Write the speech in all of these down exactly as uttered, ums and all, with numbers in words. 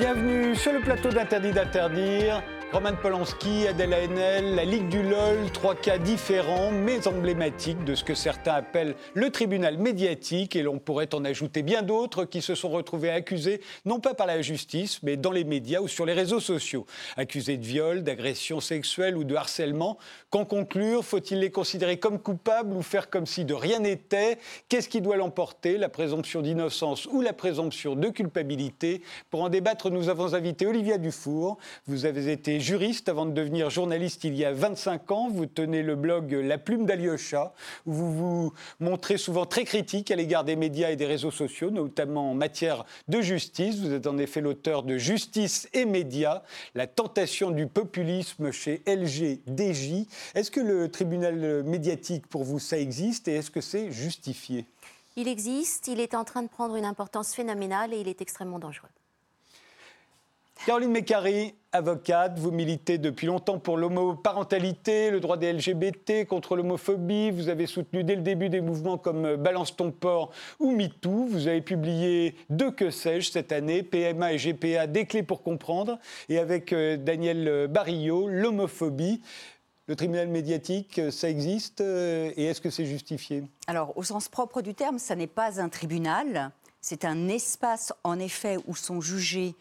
Bienvenue sur le plateau d'Interdit d'interdire. Roman Polanski, Adèle Haenel, la Ligue du LOL, trois cas différents mais emblématiques de ce que certains appellent le tribunal médiatique, et l'on pourrait en ajouter bien d'autres qui se sont retrouvés accusés, non pas par la justice, mais dans les médias ou sur les réseaux sociaux. Accusés de viol, d'agression sexuelle ou de harcèlement. Qu'en conclure? Faut-il les considérer comme coupables ou faire comme si de rien n'était? Qu'est-ce qui doit l'emporter, la présomption d'innocence ou la présomption de culpabilité? Pour en débattre, nous avons invité Olivia Dufour. Vous avez été juriste avant de devenir journaliste il y a vingt-cinq ans. Vous tenez le blog La Plume d'Alyosha, où vous vous montrez souvent très critique à l'égard des médias et des réseaux sociaux, notamment en matière de justice. Vous êtes en effet l'auteur de Justice et médias, la tentation du populisme chez L G D J. Est-ce que le tribunal médiatique, pour vous, ça existe et est-ce que c'est justifié? Il existe, il est en train de prendre une importance phénoménale et il est extrêmement dangereux. Caroline Mécari, avocate, vous militez depuis longtemps pour l'homoparentalité, le droit des L G B T, contre l'homophobie. Vous avez soutenu dès le début des mouvements comme Balance ton porc ou MeToo. Vous avez publié deux Que sais-je cette année, P M A et G P A, des clés pour comprendre. Et avec euh, Daniel Barillo, l'homophobie. Le tribunal médiatique, ça existe euh, et est-ce que c'est justifié? Alors, au sens propre du terme, ça n'est pas un tribunal. C'est un espace, en effet, où sont jugés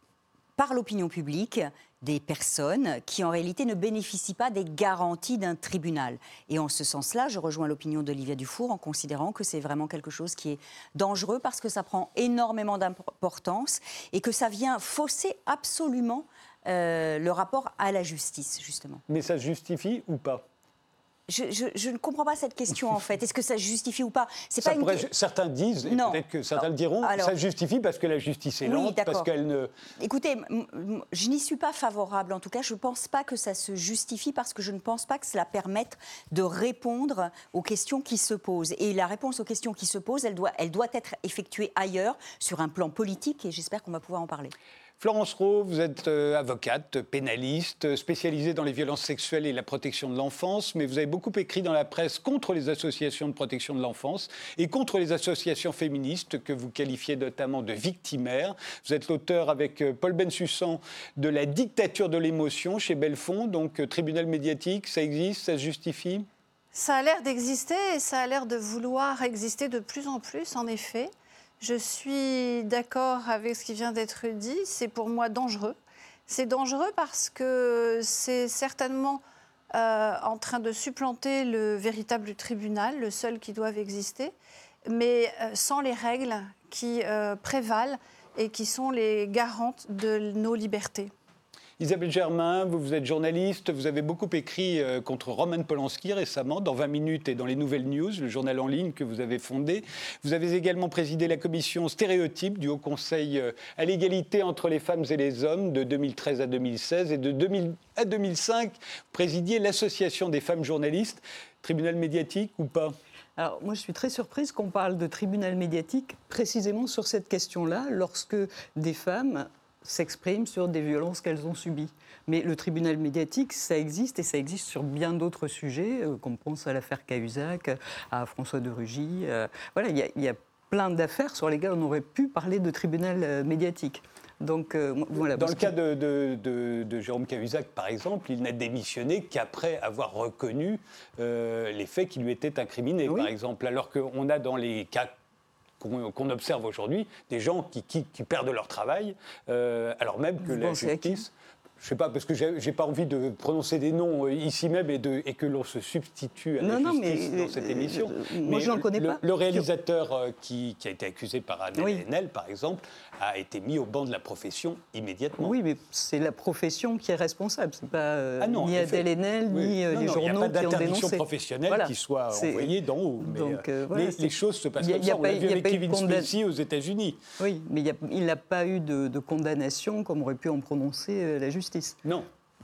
par l'opinion publique des personnes qui, en réalité, ne bénéficient pas des garanties d'un tribunal. Et en ce sens-là, je rejoins l'opinion d'Olivia Dufour en considérant que c'est vraiment quelque chose qui est dangereux parce que ça prend énormément d'importance et que ça vient fausser absolument euh, le rapport à la justice, justement. Mais ça se justifie ou pas? Je, je, je ne comprends pas cette question, en fait. Est-ce que ça justifie ou pas? C'est ça pas pourrait, une... Certains disent, et peut-être que certains le diront, alors, ça justifie parce que la justice est oui, lente, parce qu'elle ne... Écoutez, m- m- je n'y suis pas favorable. En tout cas, je ne pense pas que ça se justifie parce que je ne pense pas que cela permette de répondre aux questions qui se posent. Et la réponse aux questions qui se posent, elle doit, elle doit être effectuée ailleurs, sur un plan politique, et j'espère qu'on va pouvoir en parler. Florence Rau, vous êtes euh, avocate, pénaliste, spécialisée dans les violences sexuelles et la protection de l'enfance, mais vous avez beaucoup écrit dans la presse contre les associations de protection de l'enfance et contre les associations féministes que vous qualifiez notamment de victimaires. Vous êtes l'auteur avec euh, Paul Bensussan de La dictature de l'émotion chez Belfond, donc euh, tribunal médiatique, ça existe, ça se justifie? Ça a l'air d'exister et ça a l'air de vouloir exister de plus en plus, en effet. Je suis d'accord avec ce qui vient d'être dit, c'est pour moi dangereux. C'est dangereux parce que c'est certainement euh, en train de supplanter le véritable tribunal, le seul qui doit exister, mais euh, sans les règles qui euh, prévalent et qui sont les garantes de nos libertés. Isabelle Germain, vous, vous êtes journaliste, vous avez beaucoup écrit euh, contre Roman Polanski récemment, dans vingt minutes et dans les Nouvelles News, le journal en ligne que vous avez fondé. Vous avez également présidé la commission stéréotype du Haut Conseil euh, à l'égalité entre les femmes et les hommes de deux mille treize à deux mille seize, et de deux mille à deux mille cinq, vous présidiez l'association des femmes journalistes. Tribunal médiatique ou pas? Alors, moi, je suis très surprise qu'on parle de tribunal médiatique précisément sur cette question-là, lorsque des femmes s'expriment sur des violences qu'elles ont subies. Mais le tribunal médiatique, ça existe et ça existe sur bien d'autres sujets, euh, qu'on pense à l'affaire Cahuzac, à François de Rugy. Euh, voilà, il y, y a plein d'affaires sur lesquelles on aurait pu parler de tribunal euh, médiatique. Donc, euh, voilà, Dans le que... cas de, de, de, de Jérôme Cahuzac, par exemple, il n'a démissionné qu'après avoir reconnu euh, les faits qui lui étaient incriminés, oui. Par exemple. Alors qu'on a dans les cas Qu'on, qu'on observe aujourd'hui, des gens qui, qui, qui perdent leur travail, euh, alors même que Vous la justice... Je ne sais pas, parce que je n'ai pas envie de prononcer des noms ici même et, de, et que l'on se substitue à la non, justice non, mais, dans cette émission. Euh, moi, je n'en connais le, pas. Le réalisateur euh, qui, qui a été accusé par Adèle oui. Haenel, par exemple, a été mis au banc de la profession immédiatement. Oui, mais c'est la profession qui est responsable. Ce n'est pas euh, ah non, ni Adèle Haenel, oui. ni euh, non, les non, journaux qui ont dénoncé. Il n'y a pas d'interdiction professionnelle voilà. qui soit c'est... envoyée d'en haut. Mais, Donc, euh, voilà, mais les choses se passent a, comme ça. On l'a vu avec Kevin condam... Spacey aux États-Unis. Oui, mais il n'a pas eu de, de condamnation comme aurait pu en prononcer euh, la justice. Non.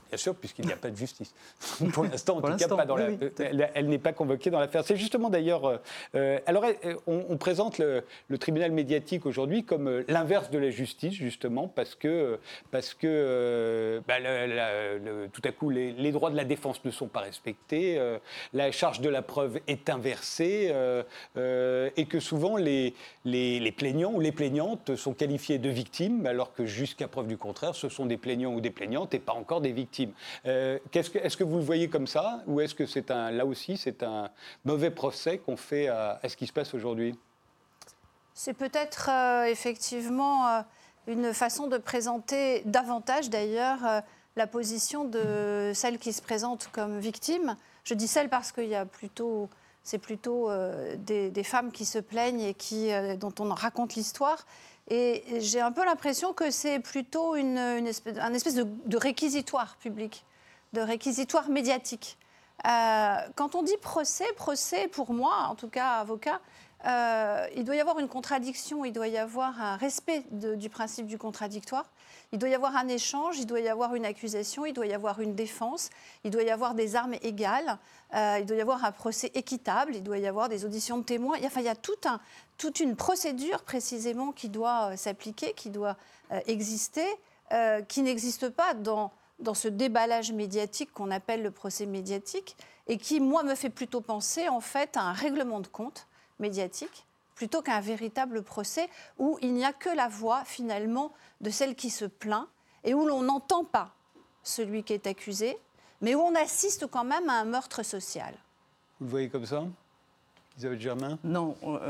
Bien sûr, puisqu'il n'y a pas de justice. Pour l'instant, en Pour tout cas, pas dans oui, la, oui. elle, elle n'est pas convoquée dans l'affaire. C'est justement d'ailleurs... Euh, alors, on, on présente le, le tribunal médiatique aujourd'hui comme l'inverse de la justice, justement, parce que, parce que euh, bah, le, la, le, tout à coup, les, les droits de la défense ne sont pas respectés, euh, la charge de la preuve est inversée, euh, euh, et que souvent, les, les, les plaignants ou les plaignantes sont qualifiés de victimes, alors que jusqu'à preuve du contraire, ce sont des plaignants ou des plaignantes et pas encore des victimes. Euh, qu'est-ce que, est-ce que vous le voyez comme ça, ou est-ce que c'est un, là aussi c'est un mauvais procès qu'on fait à, à ce qui se passe aujourd'hui? C'est peut-être euh, effectivement euh, une façon de présenter davantage d'ailleurs euh, la position de celle qui se présente comme victime. Je dis celle parce qu'il y a plutôt, c'est plutôt euh, des, des femmes qui se plaignent et qui, euh, dont on raconte l'histoire. Et j'ai un peu l'impression que c'est plutôt une, une espèce, un espèce de, de réquisitoire public, de réquisitoire médiatique. Euh, quand on dit procès, procès, pour moi, en tout cas avocat, euh, il doit y avoir une contradiction, il doit y avoir un respect de, du principe du contradictoire, il doit y avoir un échange, il doit y avoir une accusation, il doit y avoir une défense, il doit y avoir des armes égales, euh, il doit y avoir un procès équitable, il doit y avoir des auditions de témoins. Enfin, il y a tout un, toute une procédure précisément qui doit euh, s'appliquer, qui doit euh, exister, euh, qui n'existe pas dans, dans ce déballage médiatique qu'on appelle le procès médiatique et qui, moi, me fait plutôt penser en fait à un règlement de compte médiatique plutôt qu'un véritable procès où il n'y a que la voix, finalement, de celle qui se plaint et où l'on n'entend pas celui qui est accusé, mais où on assiste quand même à un meurtre social. Vous le voyez comme ça, Isabelle Germain? Non, euh,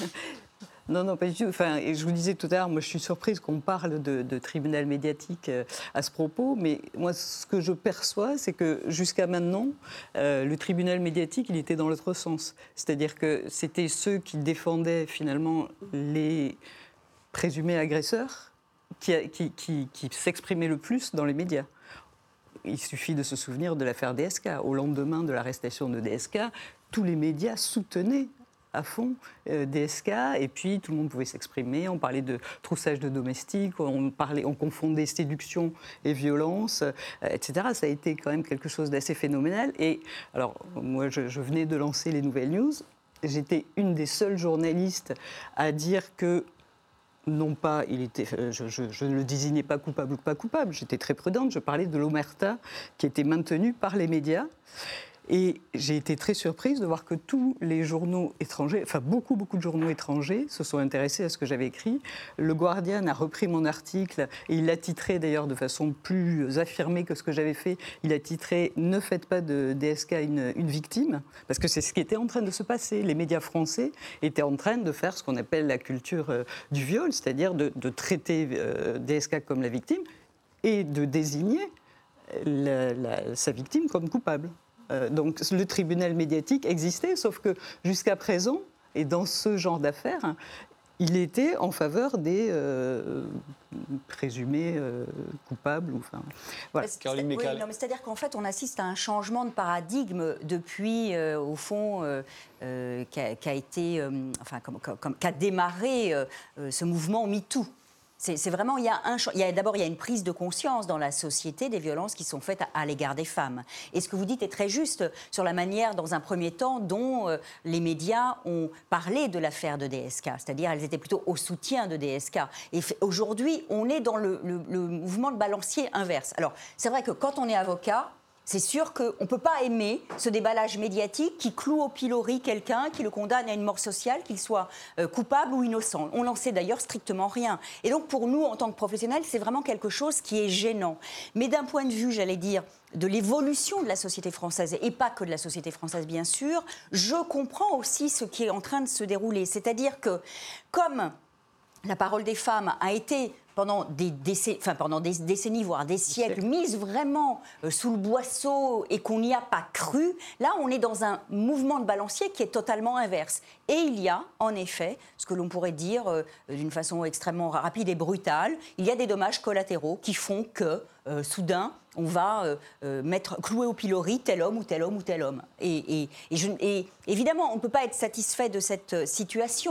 non, non, pas du tout. Enfin, et je vous disais tout à l'heure, moi je suis surprise qu'on parle de, de tribunal médiatique euh, à ce propos, mais moi ce que je perçois, c'est que jusqu'à maintenant, euh, le tribunal médiatique, il était dans l'autre sens. C'est-à-dire que c'était ceux qui défendaient finalement les présumés agresseurs qui, qui, qui, qui s'exprimaient le plus dans les médias. Il suffit de se souvenir de l'affaire D S K. Au lendemain de l'arrestation de D S K, tous les médias soutenaient à fond euh, D S K, et puis tout le monde pouvait s'exprimer. On parlait de troussage de domestiques, on, parlait, on confondait séduction et violence, euh, et cetera. Ça a été quand même quelque chose d'assez phénoménal. Et alors, moi, je, je venais de lancer les Nouvelles News. J'étais une des seules journalistes à dire que non pas, il était, je, je, je ne le désignais pas coupable ou pas coupable, j'étais très prudente, je parlais de l'omerta qui était maintenue par les médias. Et j'ai été très surprise de voir que tous les journaux étrangers, enfin beaucoup, beaucoup de journaux étrangers se sont intéressés à ce que j'avais écrit. Le Guardian a repris mon article et il l'a titré d'ailleurs de façon plus affirmée que ce que j'avais fait. Il a titré « Ne faites pas de D S K une, une victime », parce que c'est ce qui était en train de se passer. Les médias français étaient en train de faire ce qu'on appelle la culture euh, du viol, c'est-à-dire de, de traiter euh, D S K comme la victime et de désigner la, la, sa victime comme coupable. Donc le tribunal médiatique existait, sauf que jusqu'à présent, et dans ce genre d'affaires, il était en faveur des euh, présumés euh, coupables. Enfin, voilà. Caroline Mécal. Oui, non, mais c'est-à-dire qu'en fait, on assiste à un changement de paradigme depuis, euh, au fond, euh, euh, qu'a, qu'a été, euh, enfin, comme, comme, qu'a démarré euh, ce mouvement MeToo. C'est, c'est vraiment, il y a un, il y a, d'abord, il y a une prise de conscience dans la société des violences qui sont faites à, à l'égard des femmes. Et ce que vous dites est très juste sur la manière, dans un premier temps, dont euh, les médias ont parlé de l'affaire de D S K. C'est-à-dire, elles étaient plutôt au soutien de D S K. Et f- aujourd'hui, on est dans le, le, le mouvement de balancier inverse. Alors, c'est vrai que quand on est avocat, c'est sûr qu'on ne peut pas aimer ce déballage médiatique qui cloue au pilori quelqu'un, qui le condamne à une mort sociale, qu'il soit euh, coupable ou innocent. On n'en sait d'ailleurs strictement rien. Et donc pour nous, en tant que professionnels, c'est vraiment quelque chose qui est gênant. Mais d'un point de vue, j'allais dire, de l'évolution de la société française, et pas que de la société française bien sûr, je comprends aussi ce qui est en train de se dérouler. C'est-à-dire que comme la parole des femmes a été pendant des décennies, enfin pendant des décennies, voire des siècles, mise vraiment euh, sous le boisseau et qu'on n'y a pas cru, là on est dans un mouvement de balancier qui est totalement inverse. Et il y a en effet, ce que l'on pourrait dire euh, d'une façon extrêmement rapide et brutale, il y a des dommages collatéraux qui font que euh, soudain on va euh, euh, mettre, clouer au pilori tel homme ou tel homme ou tel homme. Et, et, et, je, et évidemment on ne peut pas être satisfait de cette situation.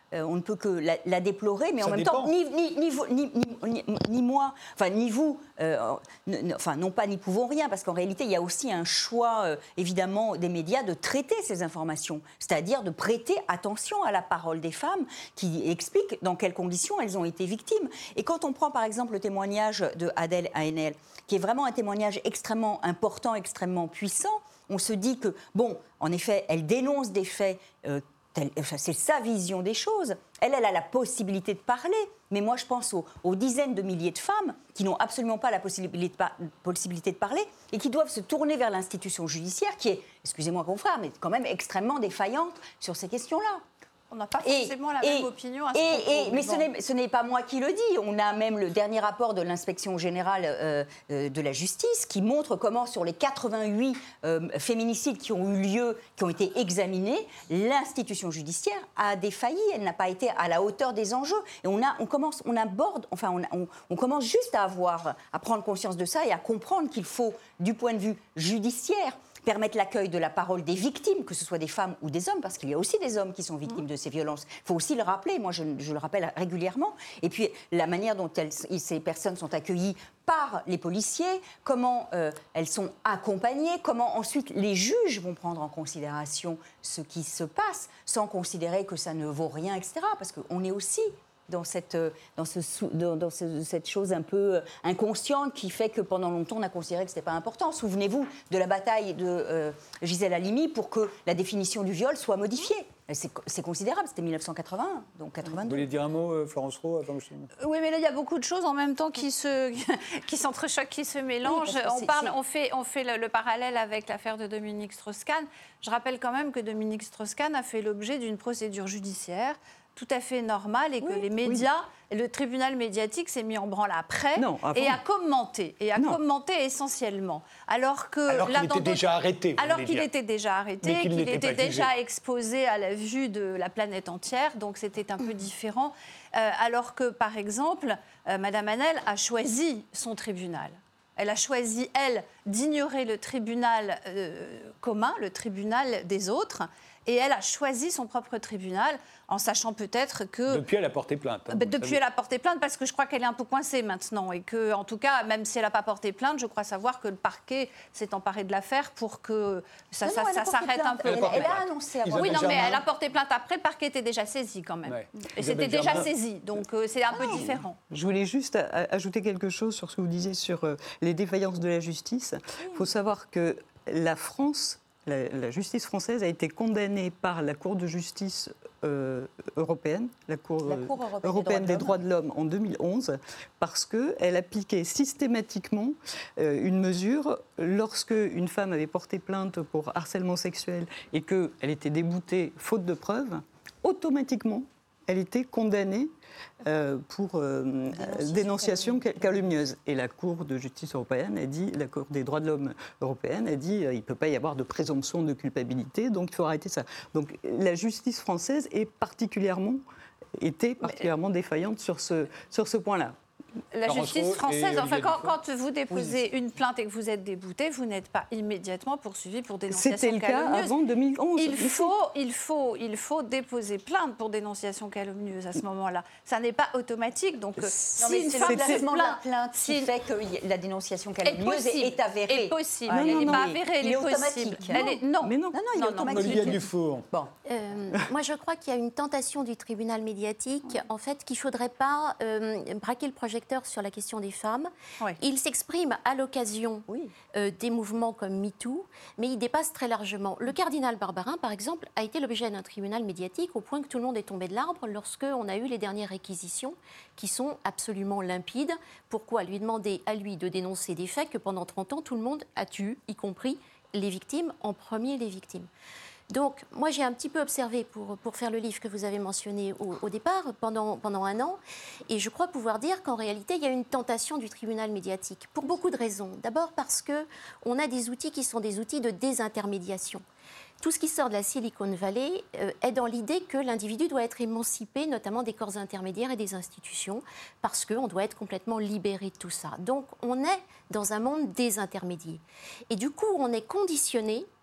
euh, on ne peut que la, la déplorer, mais Ça en même dépend. temps, ni, ni, ni, vous- ni, ni, ni- ni moi, enfin, ni vous, euh, n- n- enfin, non pas n'y pouvons rien, parce qu'en réalité, il y a aussi un choix, euh, évidemment, des médias de traiter ces informations, c'est-à-dire de prêter attention à la parole des femmes qui expliquent dans quelles conditions elles ont été victimes. Et quand on prend, par exemple, le témoignage de Adèle Haenel, qui est vraiment un témoignage extrêmement important, extrêmement puissant, on se dit que, bon, en effet, elle dénonce des faits, euh, tels- enfin, c'est sa vision des choses. Elle, elle a la possibilité de parler. Mais moi, je pense aux, aux dizaines de milliers de femmes qui n'ont absolument pas la possibilité de, par- possibilité de parler et qui doivent se tourner vers l'institution judiciaire, qui est, excusez-moi confrère, mais quand même extrêmement défaillante sur ces questions-là. On n'a pas Et- forcément la et- même opinion à ce et- propos. et- mais bon. ce n'est- ce n'est pas moi qui le dis. On a même le dernier rapport de l'inspection générale euh, euh, de la justice qui montre comment, sur les quatre-vingt-huit euh, féminicides qui ont eu lieu, qui ont été examinés, l'institution judiciaire a défailli. Elle n'a pas été à la hauteur des enjeux. Et on, a, on, commence, on aborde, enfin, on, on- on commence juste à avoir, à prendre conscience de ça et à comprendre qu'il faut, du point de vue judiciaire, permettre l'accueil de la parole des victimes, que ce soit des femmes ou des hommes, parce qu'il y a aussi des hommes qui sont victimes de ces violences. Il faut aussi le rappeler, moi je, je le rappelle régulièrement. Et puis la manière dont elles, ces personnes sont accueillies par les policiers, comment euh, elles sont accompagnées, comment ensuite les juges vont prendre en considération ce qui se passe, sans considérer que ça ne vaut rien, et cetera. Parce qu'on est aussi dans cette, euh, dans ce, sou- dans, dans ce- cette chose un peu euh, inconsciente qui fait que pendant longtemps on a considéré que ce n'était pas important. Souvenez-vous de la bataille de euh, Gisèle Halimi pour que la définition du viol soit modifiée. C'est, c'est considérable, c'était mille neuf cent quatre-vingt-un, donc Vous quatre-vingt-deux. voulez dire un mot, euh, Florence Roux, avant que je... Oui, mais là, il y a beaucoup de choses en même temps qui, se, qui s'entrechoquent, qui se mélangent. Oui, parce que on, c'est- parle, c'est- on fait, on fait le, le parallèle avec l'affaire de Dominique Strauss-Kahn. Je rappelle quand même que Dominique Strauss-Kahn a fait l'objet d'une procédure judiciaire tout à fait normale et que Oui, les médias, le tribunal médiatique s'est mis en branle après Non, avant. et a commenté, et a Non. commenté essentiellement. Alors que Alors qu'il là, était dans d'autres- déjà arrêté, vous Alors voulez qu'il dire. était déjà arrêté, Mais qu'il qu'il n'était était pas déjà jugé. exposé à la vue de la planète entière, donc c'était un peu différent. Euh, alors que, par exemple, euh, Madame Hanel a choisi son tribunal. Elle a choisi, elle, d'ignorer le tribunal euh, commun, le tribunal des autres, et elle a choisi son propre tribunal, en sachant peut-être que... Depuis, elle a porté plainte. hein, Ben, vous depuis, savez. elle a porté plainte parce que je crois qu'elle est un peu coincée maintenant et que, en tout cas, même si elle n'a pas porté plainte, je crois savoir que le parquet s'est emparé de l'affaire pour que ça, Non, ça, non, elle ça a porté s'arrête un plainte. peu. Elle a Elle, porté elle a plainte. annoncé Ils avoir... Oui, Isabelle non, mais Germain. elle a porté plainte après, le parquet était déjà saisi quand même. Ouais. Et Isabelle c'était déjà Germain. saisi, donc euh, c'est un peu différent. Je voulais juste a- a- ajouter quelque chose sur ce que vous disiez sur euh, les défaillances de la justice. Il faut savoir que la France, la, la justice française a été condamnée par la Cour de justice euh, européenne, la Cour, La euh, Cour européenne européenne des des droits de l'homme en deux mille onze, parce qu'elle appliquait systématiquement euh, une mesure lorsque une femme avait porté plainte pour harcèlement sexuel et qu'elle était déboutée faute de preuves, automatiquement, elle était condamnée euh, pour euh, Dénonciation dénonciation cal- calomnieuse. Et la Cour de justice européenne a dit, la Cour des droits de l'homme européenne a dit, euh, il ne peut pas y avoir de présomption de culpabilité, donc il faut arrêter ça. Donc la justice française est particulièrement, était particulièrement défaillante sur ce, sur ce point-là. La Florence justice Roux et française, enfin, Olivier quand, Dufour. quand vous déposez une plainte et que vous êtes débouté, vous n'êtes pas immédiatement poursuivi pour dénonciation C'était le cas calomnieuse. avant deux mille onze. Il ici. faut, il, faut, il faut déposer plainte pour dénonciation calomnieuse à ce moment-là. Ça n'est pas automatique. Donc, euh, Non, si mais une c'est femme le porte placement de la plainte, plainte si qui une- fait que la dénonciation est calomnieuse possible, est avérée. est possible. Ah, elle non, n'est non, pas mais avérée, elle il est est automatique. possible. Elle est- non. Mais non. Non, non, il est automatique. Olivier Dufour. Bon. Euh, moi, je crois qu'il y a une tentation du tribunal médiatique, en fait, qu'il ne faudrait pas euh, braquer le projecteur sur la question des femmes. Oui. Il s'exprime à l'occasion Oui. euh, des mouvements comme MeToo, mais il dépasse très largement. Le cardinal Barbarin, par exemple, a été l'objet d'un tribunal médiatique au point que tout le monde est tombé de l'arbre lorsqu'on a eu les dernières réquisitions qui sont absolument limpides. Pourquoi lui demander à lui de dénoncer des faits que pendant trente ans, tout le monde a tué, y compris les victimes, en premier les victimes. Donc, moi, j'ai un petit peu observé pour, pour faire le livre que vous avez mentionné au, au départ, pendant, pendant un an, et je crois pouvoir dire qu'en réalité, il y a une tentation du tribunal médiatique, pour beaucoup de raisons. D'abord parce qu'on a des outils qui sont des outils de désintermédiation. Tout ce qui sort de la Silicon Valley euh, est dans l'idée que l'individu doit être émancipé, notamment des corps intermédiaires et des institutions, parce qu'on doit être complètement libéré de tout ça. Donc, on est dans un monde désintermédié. Et du coup, on est conditionné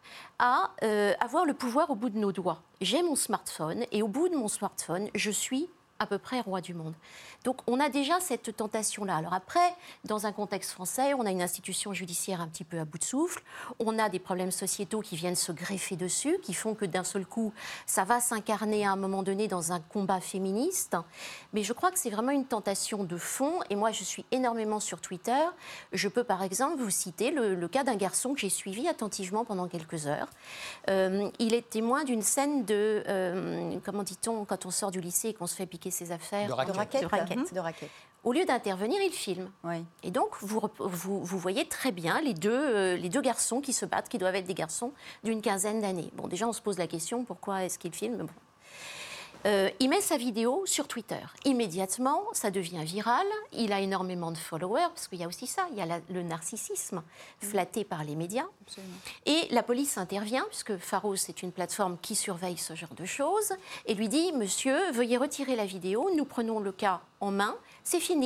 à euh, avoir le pouvoir au bout de nos doigts. J'ai mon smartphone et au bout de mon smartphone, je suis à peu près roi du monde. Donc on a déjà cette tentation-là. Alors après, dans un contexte français, on a une institution judiciaire un petit peu à bout de souffle, on a des problèmes sociétaux qui viennent se greffer dessus, qui font que d'un seul coup, ça va s'incarner à un moment donné dans un combat féministe. Mais je crois que c'est vraiment une tentation de fond, et moi je suis énormément sur Twitter. Je peux par exemple vous citer le, le cas d'un garçon que j'ai suivi attentivement pendant quelques heures. Euh, il est témoin d'une scène de, euh, comment dit-on, quand on sort du lycée et qu'on se fait piquer ses affaires. De raquettes. De raquettes. De raquettes. De raquettes. Au lieu d'intervenir, il filme. Oui. Et donc, vous, vous, vous voyez très bien les deux, euh, les deux garçons qui se battent, qui doivent être des garçons d'une quinzaine d'années. Bon, déjà, on se pose la question, pourquoi est-ce qu'il filme? Bon. Euh, il met sa vidéo sur Twitter. Immédiatement, ça devient viral. Il a énormément de followers, parce qu'il y a aussi ça, il y a la, le narcissisme flatté par les médias. Absolument. Et la police intervient, puisque Pharos est une plateforme qui surveille ce genre de choses, et lui dit « Monsieur, veuillez retirer la vidéo, nous prenons le cas en main, c'est fini ».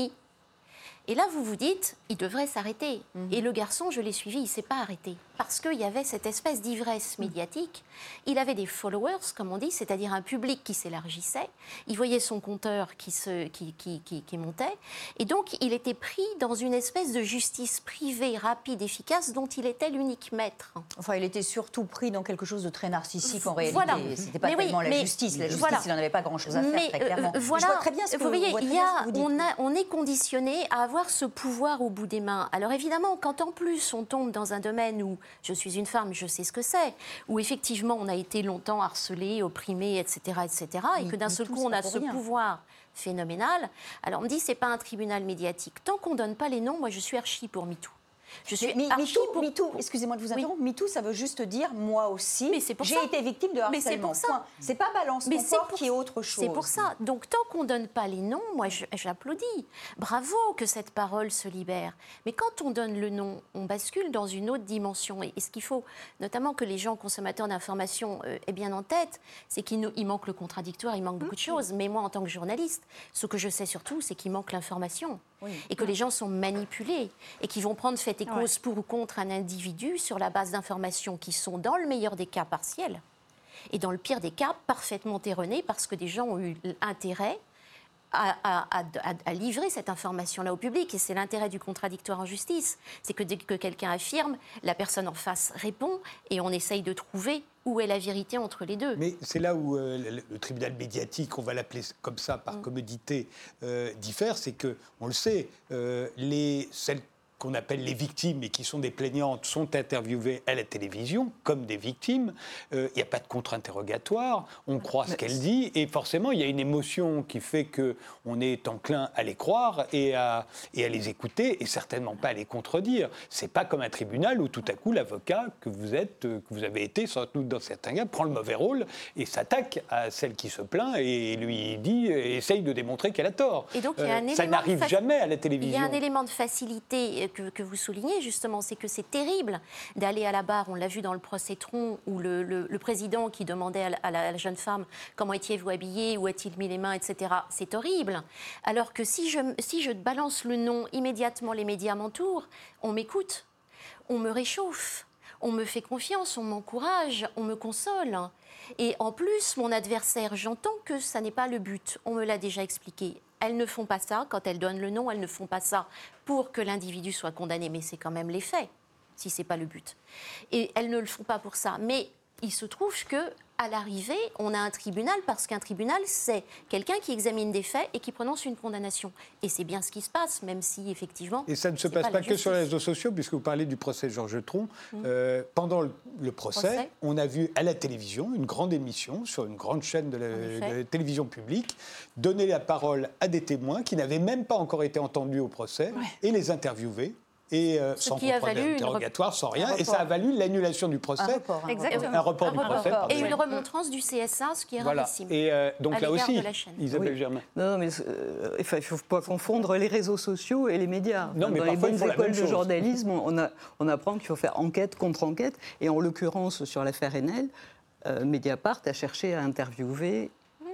Et là, vous vous dites, il devrait s'arrêter. Mmh. Et le garçon, je l'ai suivi, il ne s'est pas arrêté. Parce qu'il y avait cette espèce d'ivresse médiatique. Il avait des followers, comme on dit, c'est-à-dire un public qui s'élargissait. Il voyait son compteur qui, se, qui, qui, qui, qui montait. Et donc, il était pris dans une espèce de justice privée, rapide, efficace, dont il était l'unique maître. Enfin, il était surtout pris dans quelque chose de très narcissique, en réalité. Voilà. C'était pas mais tellement oui, la mais justice. La justice, voilà. il n'en avait pas grand-chose à faire, mais, très clairement. Euh, voilà. Je vois très bien ce que vous voyez, vous, il y a, vous dites. on, a, on est conditionné à avoir ce pouvoir au bout des mains. Alors évidemment, quand en plus on tombe dans un domaine où je suis une femme, je sais ce que c'est, où effectivement on a été longtemps harcelé, opprimé, et cetera, et cetera, et que d'un seul coup on a ce rien. pouvoir phénoménal. Alors on me dit c'est pas un tribunal médiatique. Tant qu'on donne pas les noms, moi je suis archi pour MeToo. Je suis mais, archi MeToo, pour... MeToo, excusez-moi de vous interrompre, oui. MeToo, ça veut juste dire moi aussi, mais c'est pour j'ai ça. été victime de harcèlement. Mais c'est pour ça. C'est pas balance mais ton c'est corps pour... qui est autre chose. C'est pour ça. Donc tant qu'on ne donne pas les noms, moi je, j'applaudis. Bravo que cette parole se libère. Mais quand on donne le nom, on bascule dans une autre dimension. Et, et ce qu'il faut, notamment que les gens consommateurs d'informations euh, aient bien en tête, c'est qu'il nous, il manque le contradictoire, il manque beaucoup de choses. Mais moi, en tant que journaliste, ce que je sais surtout, c'est qu'il manque l'information. Oui. Et que les gens sont manipulés et qu'ils vont prendre fait et cause ouais. pour ou contre un individu sur la base d'informations qui sont, dans le meilleur des cas, partielles et dans le pire des cas, parfaitement erronées parce que des gens ont eu intérêt à, à, à, à livrer cette information-là au public. Et c'est l'intérêt du contradictoire en justice. C'est que dès que quelqu'un affirme, la personne en face répond et on essaye de trouver où est la vérité entre les deux. Mais c'est là où euh, le, le tribunal médiatique, on va l'appeler comme ça par mmh. commodité, euh, diffère, c'est que, on le sait, euh, les, celles qu'on appelle les victimes et qui sont des plaignantes sont interviewées à la télévision comme des victimes. Il euh, n'y a pas de contre-interrogatoire, on croit ce qu'elle dit et forcément il y a une émotion qui fait qu'on est enclin à les croire et à, et à les écouter et certainement pas à les contredire. C'est pas comme un tribunal où tout à coup l'avocat que vous êtes, que vous avez été sans doute dans certains cas, prend le mauvais rôle et s'attaque à celle qui se plaint et lui dit, et essaye de démontrer qu'elle a tort. Et donc, il y a un euh, ça n'arrive fa- jamais à la télévision. Il y a un élément de facilité Que, que vous soulignez justement, c'est que c'est terrible d'aller à la barre. On l'a vu dans le procès Tron où le, le, le président qui demandait à la, à la jeune femme comment étiez-vous habillée, où a-t-il mis les mains, et cetera. C'est horrible. Alors que si je, si je balance le nom, immédiatement les médias m'entourent, on m'écoute, on me réchauffe, on me fait confiance, on m'encourage, on me console. Et en plus, mon adversaire, j'entends que ça n'est pas le but. On me l'a déjà expliqué. Elles ne font pas ça, quand elles donnent le nom, elles ne font pas ça pour que l'individu soit condamné, mais c'est quand même les faits, si ce n'est pas le but. Et elles ne le font pas pour ça. Mais il se trouve qu'à l'arrivée, on a un tribunal, parce qu'un tribunal, c'est quelqu'un qui examine des faits et qui prononce une condamnation. Et c'est bien ce qui se passe, même si, effectivement... Et ça ne se passe pas, pas que sur les réseaux sociaux, puisque vous parlez du procès Georges Tron. Mmh. Euh, pendant le, le procès, procès, on a vu à la télévision une grande émission, sur une grande chaîne de la, de la télévision publique, donner la parole à des témoins qui n'avaient même pas encore été entendus au procès, ouais. et les interviewer. Et euh, sans contre-interrogatoire, sans rien. Et ça a valu l'annulation du procès. Un report, un Exactement. Un report un du report. procès. Et une remontrance du C S A, ce qui est voilà. rarissime. Et euh, donc là aussi, Isabelle oui. Germain. Non, non mais euh, il ne faut pas confondre les réseaux sociaux et les médias. Non, mais dans les bonnes écoles de chose. journalisme, on, a, on apprend qu'il faut faire enquête contre enquête. Et en l'occurrence, sur l'affaire Enel, euh, Mediapart a cherché à interviewer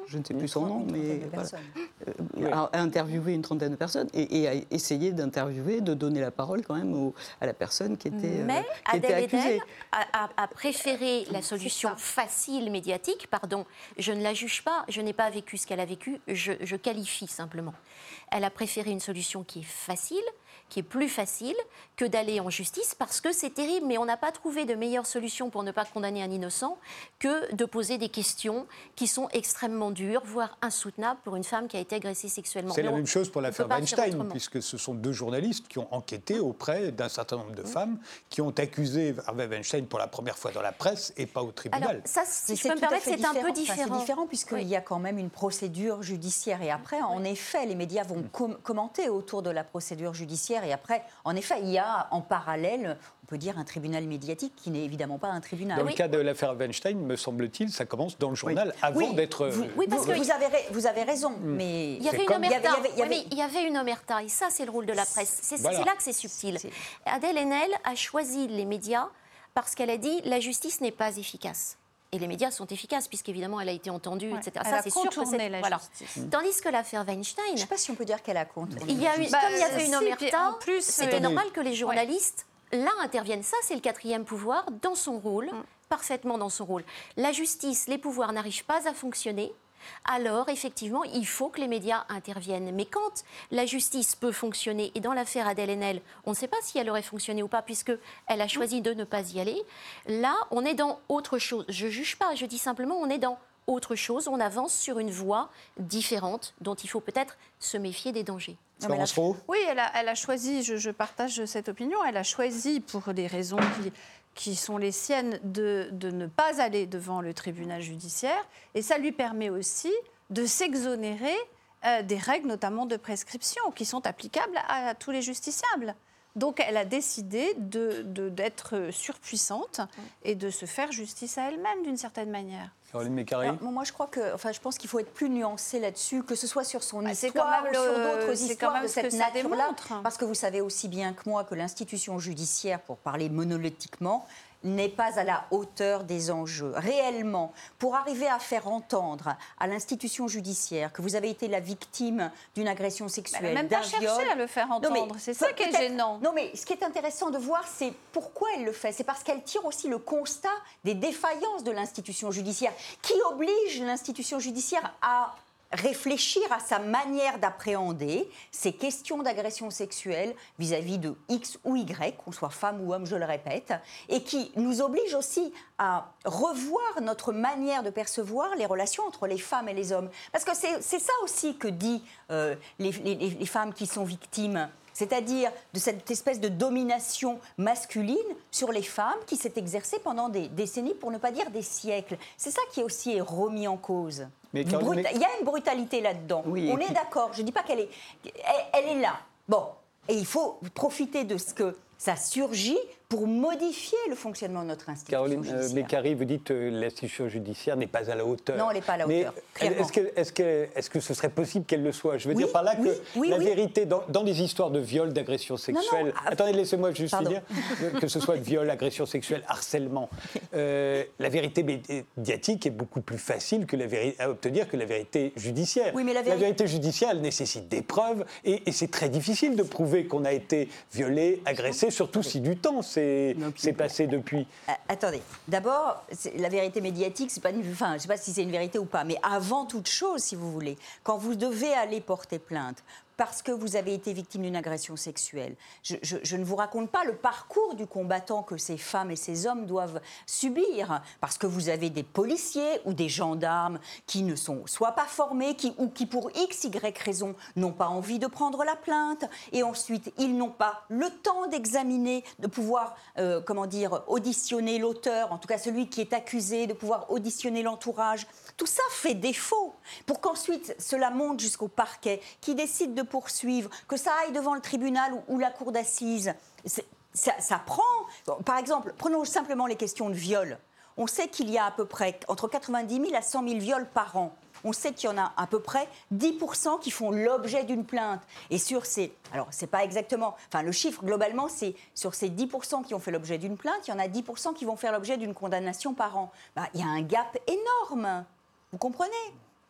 je ne sais plus son nom, Une mais trentaine de voilà, personnes. euh, a, a interviewé une trentaine de personnes et, et a essayé d'interviewer, de donner la parole quand même au, à la personne qui était, Mais euh, qui était Adèle accusée. Haenel a, a- a préféré la solution facile médiatique. Pardon, je ne la juge pas, je n'ai pas vécu ce qu'elle a vécu, je, je qualifie simplement. Elle a préféré une solution qui est facile, qui est plus facile que d'aller en justice parce que c'est terrible, mais on n'a pas trouvé de meilleure solution pour ne pas condamner un innocent que de poser des questions qui sont extrêmement dures, voire insoutenables pour une femme qui a été agressée sexuellement. C'est Mais la on- même chose pour on l'affaire peut pas faire Weinstein, autrement. puisque ce sont deux journalistes qui ont enquêté auprès d'un certain nombre de femmes qui ont accusé Harvey Weinstein pour la première fois dans la presse et pas au tribunal. Alors, ça, si Mais je peux me tout à permettre, fait c'est un peu Enfin, différent. c'est différent puisqu'il Oui. y a quand même une procédure judiciaire. Et après, en effet, les médias vont com- commenter autour de la procédure judiciaire. Et après, en effet, il y a en parallèle, on peut dire, un tribunal médiatique qui n'est évidemment pas un tribunal. Dans oui. le cas de l'affaire Weinstein, me semble-t il, ça commence dans le journal avant Oui, d'être... vous, Oui, parce vous- que- vous avez, ra- vous avez raison, mais... Il y avait C'est une comme- il y avait- omerta. il y avait- il y Oui, mais avait- il y avait une omerta, et ça, c'est le rôle de la presse. C'est Voilà. c'est là que c'est subtil. C'est- Adèle Haenel a choisi les médias parce qu'elle a dit la justice n'est pas efficace. Et les médias sont efficaces, puisqu'évidemment, elle a été entendue, Ouais. et cetera. Elle Ça, a c'est sûr que contourné c'est... la voilà. justice. Tandis que l'affaire Je ne Weinstein, sais pas si on peut dire qu'elle a compte. il y a eu, Bah, comme il y avait si, une puis en omerta, plus, c'était euh, normal que les journalistes, là, interviennent. Ça, c'est le quatrième pouvoir, dans son rôle, Mm. parfaitement dans son rôle. La justice, les pouvoirs n'arrivent pas à fonctionner. Alors, effectivement, il faut que les médias interviennent. Mais quand la justice peut fonctionner, et dans l'affaire Adèle Haenel, on ne sait pas si elle aurait fonctionné ou pas, puisqu'elle a choisi de ne pas y aller, là, on est dans autre chose. Je ne juge pas, je dis simplement, on est dans autre chose. On avance sur une voie différente, dont il faut peut-être se méfier des dangers. Non, mais Florence Rowe. Oui, elle a, elle a choisi, je, je partage cette opinion, elle a choisi pour des raisons qui, qui sont les siennes de, de ne pas aller devant le tribunal judiciaire. Et ça lui permet aussi de s'exonérer euh, des règles, notamment de prescription, qui sont applicables à, à tous les justiciables. Donc elle a décidé de, de- d'être surpuissante et de se faire justice à elle-même d'une certaine manière. Caroline Mécari. Alors, moi, je crois que, enfin, je pense qu'il faut être plus nuancé là-dessus, que ce soit sur son Bah, c'est histoire quand même ou sur le- d'autres c'est quand histoires même de ce que cette ça nature-là. démontre. Parce que vous savez aussi bien que moi que l'institution judiciaire, pour parler monolithiquement, n'est pas à la hauteur des enjeux. Réellement, pour arriver à faire entendre à l'institution judiciaire que vous avez été la victime d'une agression Elle sexuelle, n'a même d'un pas cherché viol, à le faire Non, mais entendre. C'est ça qui est peut-être- gênant. Non, mais ce qui est intéressant de voir, c'est pourquoi elle le fait. C'est parce qu'elle tire aussi le constat des défaillances de l'institution judiciaire, qui oblige l'institution judiciaire à réfléchir à sa manière d'appréhender ces questions d'agression sexuelle vis-à-vis de X ou Y, qu'on soit femme ou homme, je le répète, et qui nous oblige aussi à revoir notre manière de percevoir les relations entre les femmes et les hommes. Parce que c'est c'est ça aussi que disent euh, les, les- les femmes qui sont victimes. C'est-à-dire de cette espèce de domination masculine sur les femmes qui s'est exercée pendant des décennies, pour ne pas dire des siècles. C'est ça qui est aussi remis en cause. Mais Une Caroline, bruta- mais- Il y a une brutalité là-dedans. Oui, et On est puis- d'accord. Je ne dis pas qu'elle est... Elle, elle est là. Bon. Et il faut profiter de ce que ça surgit pour modifier le fonctionnement de notre institution Caroline euh, judiciaire. Mécari, vous dites que l'institution judiciaire n'est pas à la hauteur. Non, elle n'est pas à la Mais hauteur, clairement. est-ce que, est-ce, que, est-ce que ce serait possible qu'elle le soit? Je veux Oui, dire par là que oui, oui, la oui. vérité, dans, dans les histoires de viol, d'agression sexuelle... ah, Attendez, laissez-moi juste pardon. dire, que ce soit de viol, agression sexuelle, harcèlement, euh, la vérité médiatique est beaucoup plus facile que la véri- à obtenir que la vérité judiciaire. Oui, mais la véri- vérité judiciaire, elle nécessite des preuves, et, et c'est très difficile de prouver qu'on a été violé, agressé, surtout si du temps s'est Non, puis- s'est passé depuis. Euh, attendez, d'abord, c'est- la vérité médiatique, c'est pas une, enfin, je ne sais pas si c'est une vérité ou pas, mais avant toute chose, si vous voulez, quand vous devez aller porter plainte parce que vous avez été victime d'une agression sexuelle, je, je- je ne vous raconte pas le parcours du combattant que ces femmes et ces hommes doivent subir, parce que vous avez des policiers ou des gendarmes qui ne sont soit pas formés, qui, ou qui pour X, Y raison n'ont pas envie de prendre la plainte, et ensuite ils n'ont pas le temps d'examiner, de pouvoir, euh, comment dire, auditionner l'auteur, en tout cas celui qui est accusé, de pouvoir auditionner l'entourage. Tout ça fait défaut pour qu'ensuite cela monte jusqu'au parquet, qui décide de poursuivre, que ça aille devant le tribunal ou, ou la cour d'assises. C'est- Ça, ça prend, bon, par exemple, prenons simplement les questions de viol. On sait qu'il y a à peu près entre quatre-vingt-dix mille à cent mille viols par an. On sait qu'il y en a à peu près dix pour cent qui font l'objet d'une plainte. Et sur ces... Alors, c'est pas exactement... Enfin, le chiffre, globalement, c'est sur ces dix pour cent qui ont fait l'objet d'une plainte, il y en a dix pour cent qui vont faire l'objet d'une condamnation par an. Bah, il y a un gap énorme. Vous comprenez ?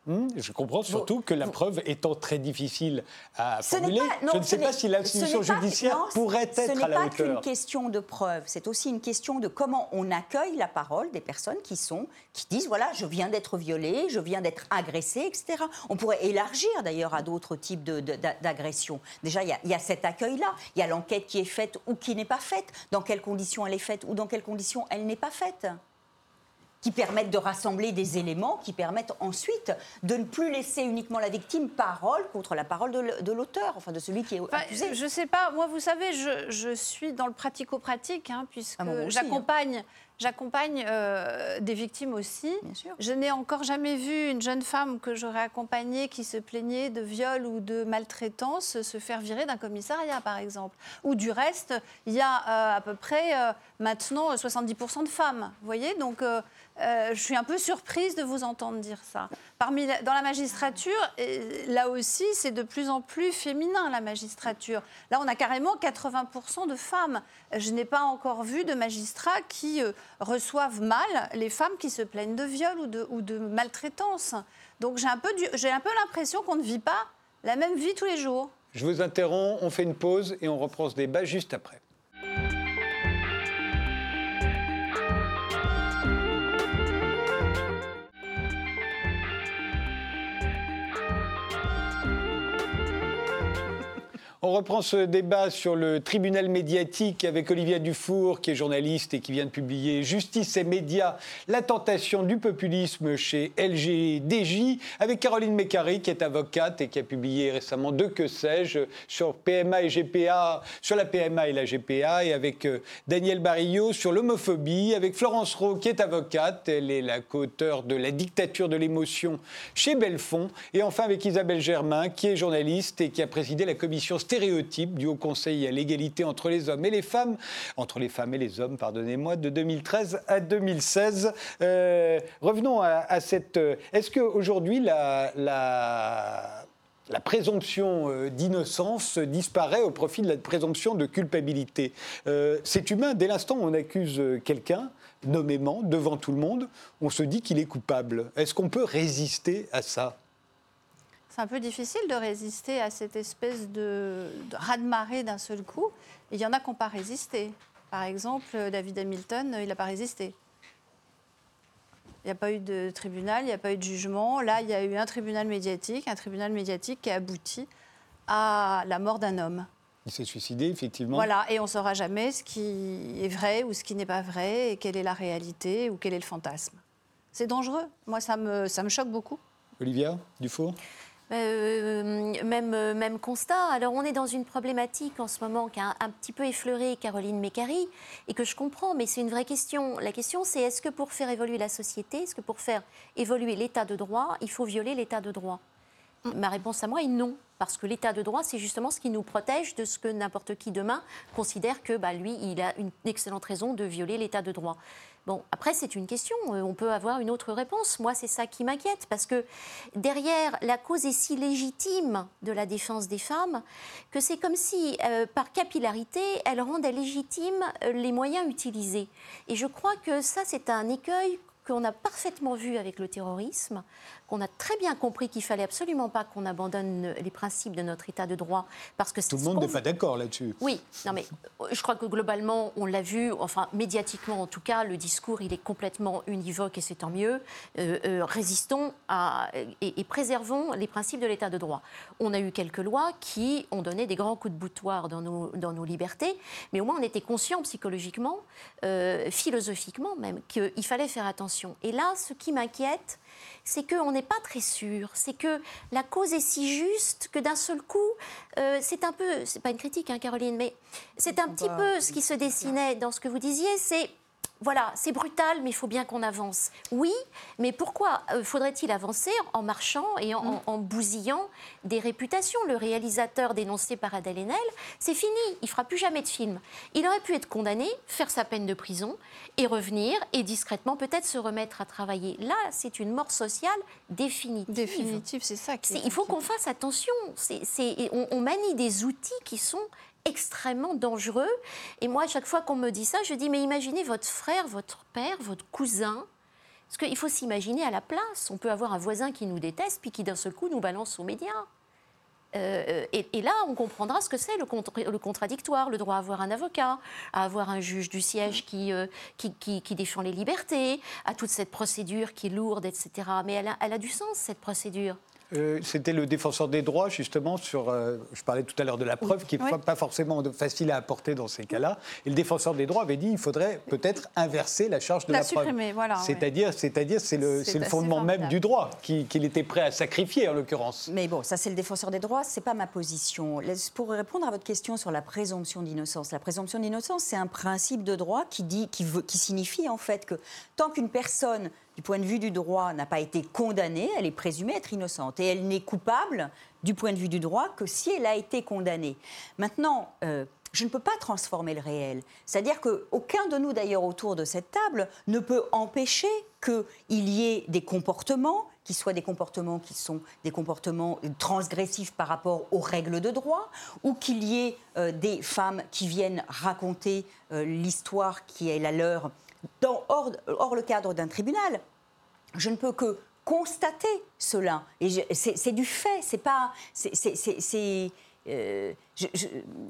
Hum, je comprends surtout que la preuve étant très difficile à Ce formuler, pas, non, je ne sais pas n'est, si l'institution judiciaire non, pourrait être à la hauteur. Ce n'est pas qu'une question de preuve, c'est aussi une question de comment on accueille la parole des personnes qui sont, qui disent voilà, je viens d'être violée, je viens d'être agressée, et cetera. On pourrait élargir d'ailleurs à d'autres types de, de, d'agressions. Déjà, il y, a, il y a cet accueil-là, il y a l'enquête qui est faite ou qui n'est pas faite, dans quelles conditions elle est faite ou dans quelles conditions elle n'est pas faite, qui permettent de rassembler des éléments, qui permettent ensuite de ne plus laisser uniquement la victime parole contre la parole de l'auteur, enfin de celui qui est enfin, accusé. Je ne sais pas, moi vous savez, je, je suis dans le pratico-pratique, hein, puisque ah bon, j'accompagne... Hein. J'accompagne euh, des victimes aussi. Bien sûr. Je n'ai encore jamais vu une jeune femme que j'aurais accompagnée qui se plaignait de viol ou de maltraitance se faire virer d'un commissariat, par exemple. Ou du reste, il y a euh, à peu près euh, maintenant soixante-dix pour cent de femmes. Vous voyez, donc euh, euh, je suis un peu surprise de vous entendre dire ça. Parmi la, dans la magistrature, et là aussi, c'est de plus en plus féminin, la magistrature. Là, on a carrément quatre-vingts pour cent de femmes. Je n'ai pas encore vu de magistrats qui euh, reçoivent mal les femmes qui se plaignent de viol ou de, ou de maltraitance. Donc j'ai un peu, du, j'ai un peu l'impression qu'on ne vit pas la même vie tous les jours. Je vous interromps, on fait une pause et on reprend ce débat juste après. On reprend ce débat sur le tribunal médiatique avec Olivia Dufour, qui est journaliste et qui vient de publier Justice et médias, la tentation du populisme chez L G D J, avec Caroline Mécari, qui est avocate et qui a publié récemment deux que sais-je sur P M A et G P A, sur la P M A et la G P A, et avec Daniel Barillo sur l'homophobie, avec Florence Rau, qui est avocate, elle est la co-auteure de La dictature de l'émotion chez Belfond, et enfin avec Isabelle Germain, qui est journaliste et qui a présidé la commission stéréotypes du Haut Conseil à l'égalité entre les hommes et les femmes, entre les femmes et les hommes, pardonnez-moi, de deux mille treize à deux mille seize. Euh, revenons à, à cette... Est-ce qu'aujourd'hui, la, la, la présomption d'innocence disparaît au profit de la présomption de culpabilité? euh, C'est humain, dès l'instant où on accuse quelqu'un, nommément, devant tout le monde, on se dit qu'il est coupable. Est-ce qu'on peut résister à ça? C'est un peu difficile de résister à cette espèce de, de raz-de-marée d'un seul coup. Il y en a qui n'ont pas résisté. Par exemple, David Hamilton, il n'a pas résisté. Il n'y a pas eu de tribunal, il n'y a pas eu de jugement. Là, il y a eu un tribunal médiatique, un tribunal médiatique qui a abouti à la mort d'un homme. Il s'est suicidé, effectivement. Voilà, et on ne saura jamais ce qui est vrai ou ce qui n'est pas vrai, et quelle est la réalité ou quel est le fantasme. C'est dangereux. Moi, ça me, ça me choque beaucoup. Olivia Dufour? Euh, même, même constat. Alors, on est dans une problématique en ce moment qui a un, un petit peu effleuré Caroline Mécari et que je comprends, mais c'est une vraie question. La question, c'est est-ce que pour faire évoluer la société, est-ce que pour faire évoluer l'état de droit, il faut violer l'état de droit? Ma réponse à moi est non. Parce que l'état de droit, c'est justement ce qui nous protège de ce que n'importe qui demain considère que bah, lui, il a une excellente raison de violer l'état de droit. Bon, après, c'est une question. On peut avoir une autre réponse. Moi, c'est ça qui m'inquiète. Parce que derrière, la cause est si légitime de la défense des femmes que c'est comme si, euh, par capillarité, elle rendait légitimes les moyens utilisés. Et je crois que ça, c'est un écueil qu'on a parfaitement vu avec le terrorisme, qu'on a très bien compris qu'il ne fallait absolument pas qu'on abandonne les principes de notre état de droit. Parce que tout le monde n'est pas d'accord là-dessus. Oui, non mais je crois que globalement, on l'a vu, enfin médiatiquement en tout cas, le discours il est complètement univoque et c'est tant mieux. Euh, euh, résistons à, et, et préservons les principes de l'état de droit. On a eu quelques lois qui ont donné des grands coups de boutoir dans nos, dans nos libertés, mais au moins on était conscients psychologiquement, euh, philosophiquement même, qu'il fallait faire attention. Et là, ce qui m'inquiète, c'est qu'on n'est pas très sûr. C'est que la cause est si juste que d'un seul coup, euh, c'est un peu, c'est pas une critique, hein, Caroline, mais c'est un petit peu ce qui se dessinait dans ce que vous disiez, c'est voilà, c'est brutal, mais il faut bien qu'on avance. Oui, mais pourquoi euh, faudrait-il avancer en marchant et en, mm. en, en bousillant des réputations? Le réalisateur dénoncé par Adèle Haenel, c'est fini, il ne fera plus jamais de film. Il aurait pu être condamné, faire sa peine de prison et revenir et discrètement peut-être se remettre à travailler. Là, c'est une mort sociale définitive. Définitive, c'est ça qui est... Il faut qu'on fasse attention. C'est, c'est, on, on manie des outils qui sont extrêmement dangereux. Et moi, à chaque fois qu'on me dit ça, je dis, mais imaginez votre frère, votre père, votre cousin Parce qu'il faut s'imaginer à la place. On peut avoir un voisin qui nous déteste, puis qui d'un seul coup nous balance aux médias. Euh, et, et là, on comprendra ce que c'est le, contra le contradictoire, le droit à avoir un avocat, à avoir un juge du siège qui, euh, qui, qui, qui défend les libertés, à toute cette procédure qui est lourde, et cetera. Mais elle a, elle a du sens, cette procédure. Euh, C'était le défenseur des droits, justement, sur. Euh, je parlais tout à l'heure de la preuve, oui. qui n'est oui. pas forcément facile à apporter dans ces cas-là. Et le défenseur des droits avait dit qu'il faudrait peut-être inverser la charge de la, la preuve. Voilà, c'est-à-dire, oui. c'est-à-dire, c'est le, c'est le fondement formidable. Même du droit qu'il qui était prêt à sacrifier, en l'occurrence. Mais bon, ça, c'est le défenseur des droits, c'est pas ma position. Pour répondre à votre question sur la présomption d'innocence, la présomption d'innocence, c'est un principe de droit qui dit, qui veut, qui signifie en fait que tant qu'une personne du point de vue du droit, n'a pas été condamnée, elle est présumée être innocente. Et elle n'est coupable, du point de vue du droit, que si elle a été condamnée. Maintenant, euh, je ne peux pas transformer le réel. C'est-à-dire qu'aucun de nous, d'ailleurs, autour de cette table, ne peut empêcher qu'il y ait des comportements, qui soient des comportements qui sont des comportements transgressifs par rapport aux règles de droit, ou qu'il y ait euh, des femmes qui viennent raconter euh, l'histoire qui est la leur, Dans, hors, hors le cadre d'un tribunal. Je ne peux que constater cela. Et c'est du fait, c'est pas... C'est, c'est, c'est, c'est, euh, je, je,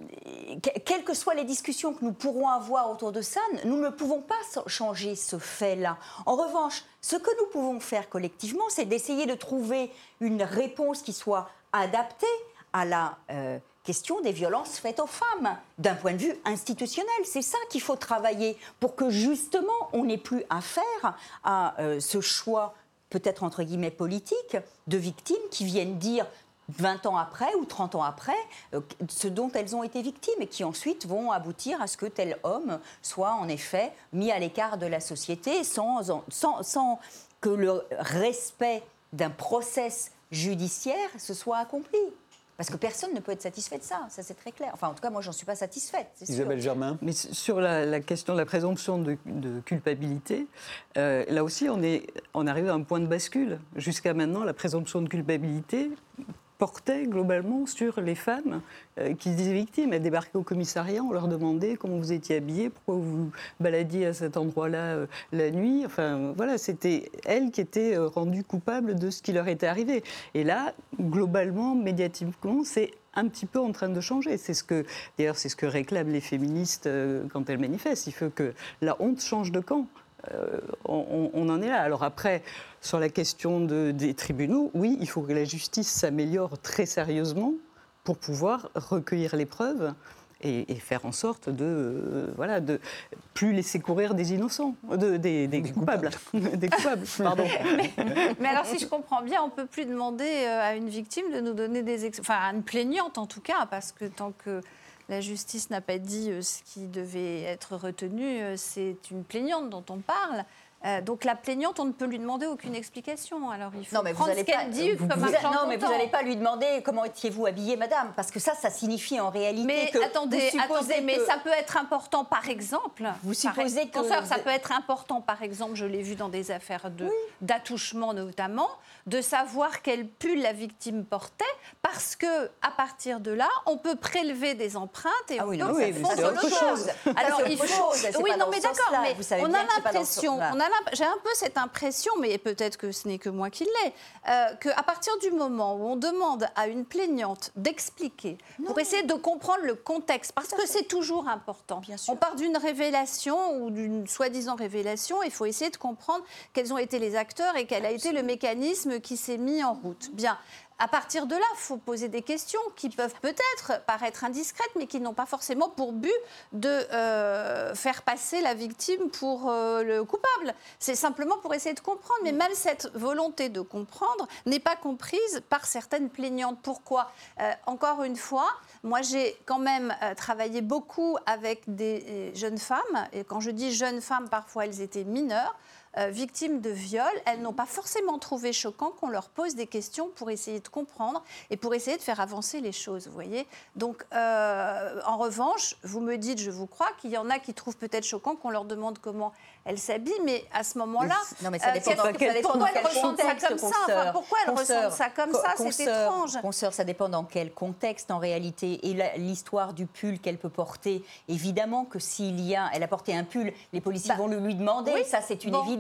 quelles que soient les discussions que nous pourrons avoir autour de ça, nous ne pouvons pas changer ce fait-là. En revanche, ce que nous pouvons faire collectivement, c'est d'essayer de trouver une réponse qui soit adaptée à la... Euh, question des violences faites aux femmes, d'un point de vue institutionnel. C'est ça qu'il faut travailler pour que, justement, on n'ait plus affaire à euh, ce choix, peut-être entre guillemets politique, de victimes qui viennent dire vingt ans après ou trente ans après euh, ce dont elles ont été victimes et qui ensuite vont aboutir à ce que tel homme soit en effet mis à l'écart de la société sans, sans, sans que le respect d'un process judiciaire se soit accompli. Parce que personne ne peut être satisfait de ça, ça c'est très clair. Enfin, en tout cas, moi, j'en suis pas satisfaite. Isabelle Germain. Mais sur la, la question de la présomption de, de culpabilité, euh, là aussi, on, est, on arrive à un point de bascule. Jusqu'à maintenant, la présomption de culpabilité portait globalement sur les femmes euh, qui se disaient victimes. Elles débarquaient au commissariat, on leur demandait comment vous étiez habillées, pourquoi vous baladiez à cet endroit-là euh, la nuit. Enfin, voilà, c'était elles qui étaient euh, rendues coupables de ce qui leur était arrivé. Et là, globalement, médiatiquement, c'est un petit peu en train de changer. C'est ce que, d'ailleurs, c'est ce que réclament les féministes euh, quand elles manifestent. Il faut que la honte change de camp. Euh, on, on en est là. Alors après, sur la question de, des tribunaux, oui, il faut que la justice s'améliore très sérieusement pour pouvoir recueillir les preuves et, et faire en sorte de, euh, voilà, de plus laisser courir des innocents, de, des, des, des coupables. des coupables, pardon. Mais, mais alors, si je comprends bien, on ne peut plus demander à une victime de nous donner des... Ex... Enfin, à une plaignante, en tout cas, parce que tant que... la justice n'a pas dit ce qui devait être retenu, c'est une plaignante dont on parle. Euh, donc la plaignante, on ne peut lui demander aucune explication. Alors il faut non, mais prendre vous ce qu'elle dit vous, comme vous, un Non, mais vous n'allez pas lui demander comment étiez-vous habillée, madame, parce que ça, ça signifie en réalité mais que attendez, vous attendez, que... mais ça peut être important, par exemple. Vous supposez par... que Consoeur, ça peut être important, par exemple, je l'ai vu dans des affaires de... oui. d'attouchement notamment, de savoir quel pull la victime portait, parce que à partir de là, on peut prélever des empreintes et ah on oui, peut non, oui, fondre c'est autre chose. chose. Alors il faut. Chose, oui, non, mais d'accord, mais on a l'impression, on a j'ai un peu cette impression, mais peut-être que ce n'est que moi qui l'ai, euh, qu'à partir du moment où on demande à une plaignante d'expliquer, non. pour essayer de comprendre le contexte, parce que c'est toujours important. Bien sûr. On part d'une révélation ou d'une soi-disant révélation, il faut essayer de comprendre quels ont été les acteurs et quel a été le mécanisme qui s'est mis en route. Bien. À partir de là, il faut poser des questions qui peuvent peut-être paraître indiscrètes, mais qui n'ont pas forcément pour but de euh, faire passer la victime pour euh, le coupable. C'est simplement pour essayer de comprendre. Mais même cette volonté de comprendre n'est pas comprise par certaines plaignantes. Pourquoi ? euh, Encore une fois, moi j'ai quand même euh, travaillé beaucoup avec des euh, jeunes femmes. Et quand je dis jeunes femmes, parfois elles étaient mineures. Euh, victimes de viol, elles n'ont pas forcément trouvé choquant qu'on leur pose des questions pour essayer de comprendre et pour essayer de faire avancer les choses, vous voyez. Donc, euh, en revanche, vous me dites, je vous crois, qu'il y en a qui trouvent peut-être choquant qu'on leur demande comment elles s'habillent, mais à ce moment-là... Non, mais ça dépend euh, dans quel pourquoi elles ressentent ça comme ça enfin, Pourquoi elles ressentent ça comme ça C'est étrange. Consoeur, ça dépend dans quel contexte, en réalité. Et l'histoire du pull qu'elle peut porter, évidemment que s'il y a... Elle a porté un pull, les policiers bah, vont le lui demander, oui, ça c'est une bon. évidence.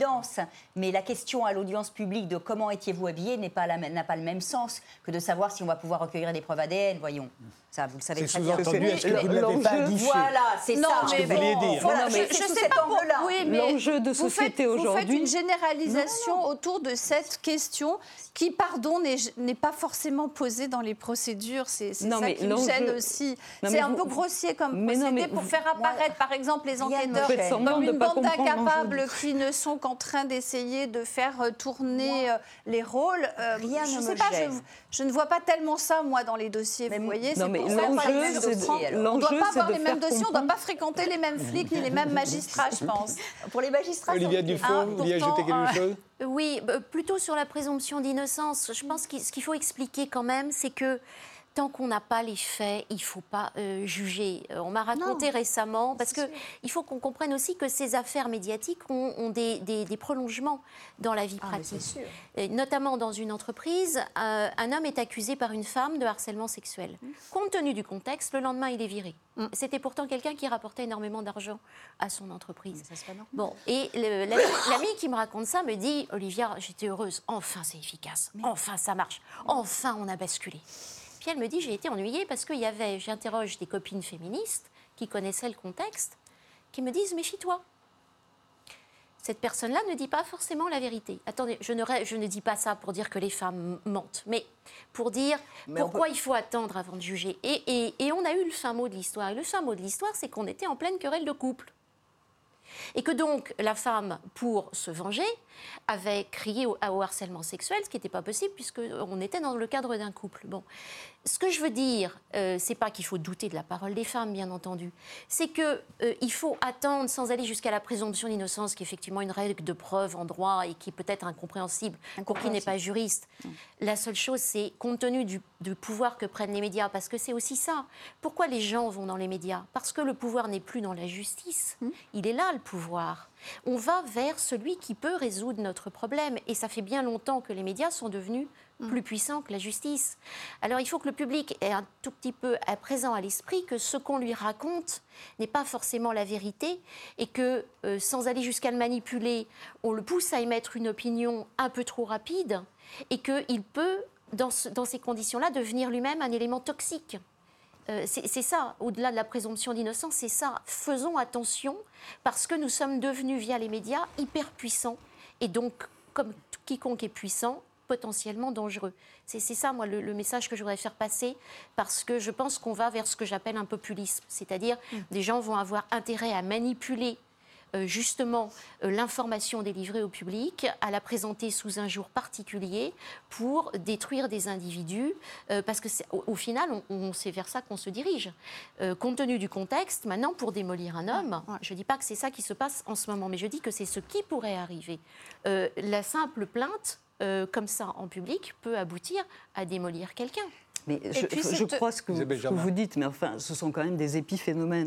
évidence. Mais la question à l'audience publique de comment étiez-vous habillé n'est pas la, n'a pas le même sens que de savoir si on va pouvoir recueillir des preuves A D N, voyons. Ça, vous le savez C'est très bien. sous-entendu, est-ce que vous ne l'avez l'enjeu- pas indiqué? Voilà, c'est Non, ça. mais Ce que vous vouliez dire. Voilà, Non, mais je- c'est je sous sais cet pas pour- angle-là. oui, mais L'enjeu de vous société faites- Vous faites aujourd'hui- une généralisation autour de cette question qui, pardon, n'est n'est pas forcément posée dans les procédures. C'est c'est Non, ça mais qui me l'enjeu- gêne aussi. Non, C'est mais un vous- peu grossier comme Mais non, procédé mais pour vous- faire apparaître, par exemple, les Rien ne enquêteurs me gêne. semblant comme de une pas bande comprendre d'incapables l'enjeu. qui ne sont qu'en train d'essayer de faire euh, tourner euh, les rôles. Euh, Rien je ne sais me pas, je, gêne. je ne vois pas tellement ça, moi, dans les dossiers. Mais vous m- voyez, Non, c'est mais pour ça que l'enjeu, je c'est prends- de- on ne doit l'enjeu, pas c'est avoir de les faire mêmes dossiers, on ne doit comprendre. pas fréquenter les mêmes flics ni les mêmes magistrats, je pense. Pour les magistrats, Olivia ça- Dufault, Ah, vous vouliez pourtant, ajouter quelque euh, chose? Oui, bah, plutôt sur la présomption d'innocence. Je pense que ce qu'il faut expliquer quand même, c'est que tant qu'on n'a pas les faits, il ne faut pas euh, juger. Euh, on m'a raconté récemment, parce qu'il faut qu'on comprenne aussi que ces affaires médiatiques ont, ont des, des- des prolongements dans la vie Ah, mais pratique. c'est sûr. Et notamment dans une entreprise, euh, un homme est accusé par une femme de harcèlement sexuel. Compte tenu du contexte, le lendemain, il est viré. C'était pourtant quelqu'un qui rapportait énormément d'argent à son entreprise. Ça, c'est pas normal. Bon, et le- l'ami l'ami qui me raconte ça me dit, Olivia, j'étais heureuse, enfin c'est efficace, enfin ça marche, enfin on a basculé. Puis elle me dit, j'ai été ennuyée parce qu'il y avait, j'interroge des copines féministes qui connaissaient le contexte, qui me disent, méfie-toi. Cette personne-là ne dit pas forcément la vérité. Attendez, je ne, ré- je ne dis pas ça pour dire que les femmes mentent, mais pour dire Mais on pourquoi il faut attendre avant de juger. Et, et- et on a eu le fin mot de l'histoire. Et le fin mot de l'histoire, c'est qu'on était en pleine querelle de couple. Et que donc la femme, pour se venger, avait crié au, au harcèlement sexuel, ce qui n'était pas possible puisqu'on était dans le cadre d'un couple. Bon. Ce que je veux dire, euh, c'est pas qu'il faut douter de la parole des femmes, bien entendu. C'est qu'il euh, faut attendre, sans aller jusqu'à la présomption d'innocence, qui est effectivement une règle de preuve en droit et qui peut être incompréhensible pour qui n'est pas juriste. Mmh. La seule chose, c'est compte tenu du, du pouvoir que prennent les médias, parce que c'est aussi ça. Pourquoi les gens vont dans les médias? Parce que le pouvoir n'est plus dans la justice. Mmh. Il est là, le pouvoir. On va vers celui qui peut résoudre notre problème. Et ça fait bien longtemps que les médias sont devenus plus puissants que la justice. Alors il faut que le public ait un tout petit peu à présent à l'esprit que ce qu'on lui raconte n'est pas forcément la vérité et que, euh, sans aller jusqu'à le manipuler, on le pousse à émettre une opinion un peu trop rapide et qu'il peut, dans, ce, dans ces conditions-là, devenir lui-même un élément toxique. Euh, c'est, c'est ça, au-delà de la présomption d'innocence, c'est ça. Faisons attention parce que nous sommes devenus, via les médias, hyper puissants et donc, comme quiconque est puissant, potentiellement dangereux. C'est, c'est ça, moi, le, le message que je voudrais faire passer, parce que je pense qu'on va vers ce que j'appelle un populisme. C'est-à-dire, mmh. des gens vont avoir intérêt à manipuler euh, justement euh, l'information délivrée au public, à la présenter sous un jour particulier pour détruire des individus, euh, parce que c'est, au, au final, on, on, c'est vers ça qu'on se dirige. Euh, compte tenu du contexte, maintenant, pour démolir un homme, ouais, ouais. je ne dis pas que c'est ça qui se passe en ce moment, mais je dis que c'est ce qui pourrait arriver. Euh, la simple plainte, Euh, comme ça en public, peut aboutir à démolir quelqu'un. Mais je, je crois ce que, vous, ce que vous dites, mais enfin, ce sont quand même des épiphénomènes.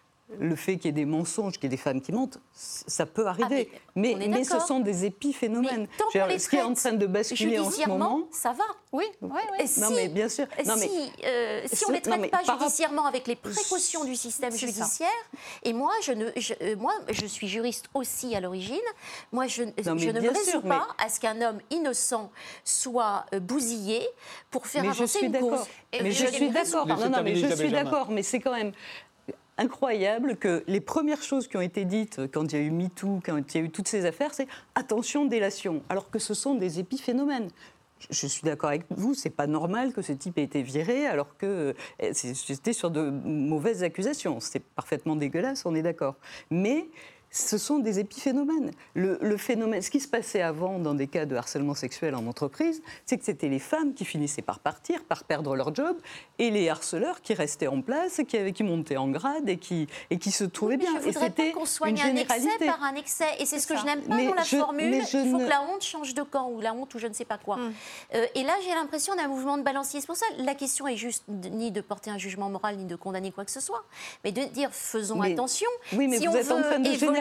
Le fait qu'il y ait des mensonges, qu'il y ait des femmes qui mentent, ça peut arriver. Ah, mais mais, mais ce sont des épiphénomènes. Mais ce qui est en train de basculer en ce moment, ça va. Oui, oui, oui. Si, non, mais bien sûr. Non, mais, si, euh, si on ne les traite non, pas judiciairement avec les précautions du système c'est judiciaire, ça. Et moi je, ne, je, euh, moi, je suis juriste aussi à l'origine, moi, je, non, je ne me résous sûr, pas mais... à ce qu'un homme innocent soit euh, bousillé pour faire mais avancer je suis une d'accord. cause. Mais je, je suis d'accord. Non, non, mais je suis d'accord, mais c'est quand même incroyable que les premières choses qui ont été dites quand il y a eu MeToo, quand il y a eu toutes ces affaires, c'est attention, délation, alors que ce sont des épiphénomènes. Je suis d'accord avec vous, c'est pas normal que ce type ait été viré alors que c'était sur de mauvaises accusations. C'est parfaitement dégueulasse, on est d'accord. Mais ce sont des épiphénomènes. Le, le phénomène, ce qui se passait avant dans des cas de harcèlement sexuel en entreprise, c'est que c'était les femmes qui finissaient par partir, par perdre leur job, et les harceleurs qui restaient en place, qui, avaient, qui montaient en grade et qui, et qui se trouvaient oui, bien. Je ne voudrais pas qu'on soigne un excès par un excès. Et c'est, c'est ce que ça. je n'aime pas mais dans la je, formule. Il faut ne... que la honte change de camp, ou la honte ou je ne sais pas quoi. Hum. Euh, et là, j'ai l'impression d'un mouvement de balancier. C'est pour ça la question est juste ni de porter un jugement moral, ni de condamner quoi que ce soit, mais de dire faisons mais, attention. Oui, mais si vous on êtes en train de généraliser.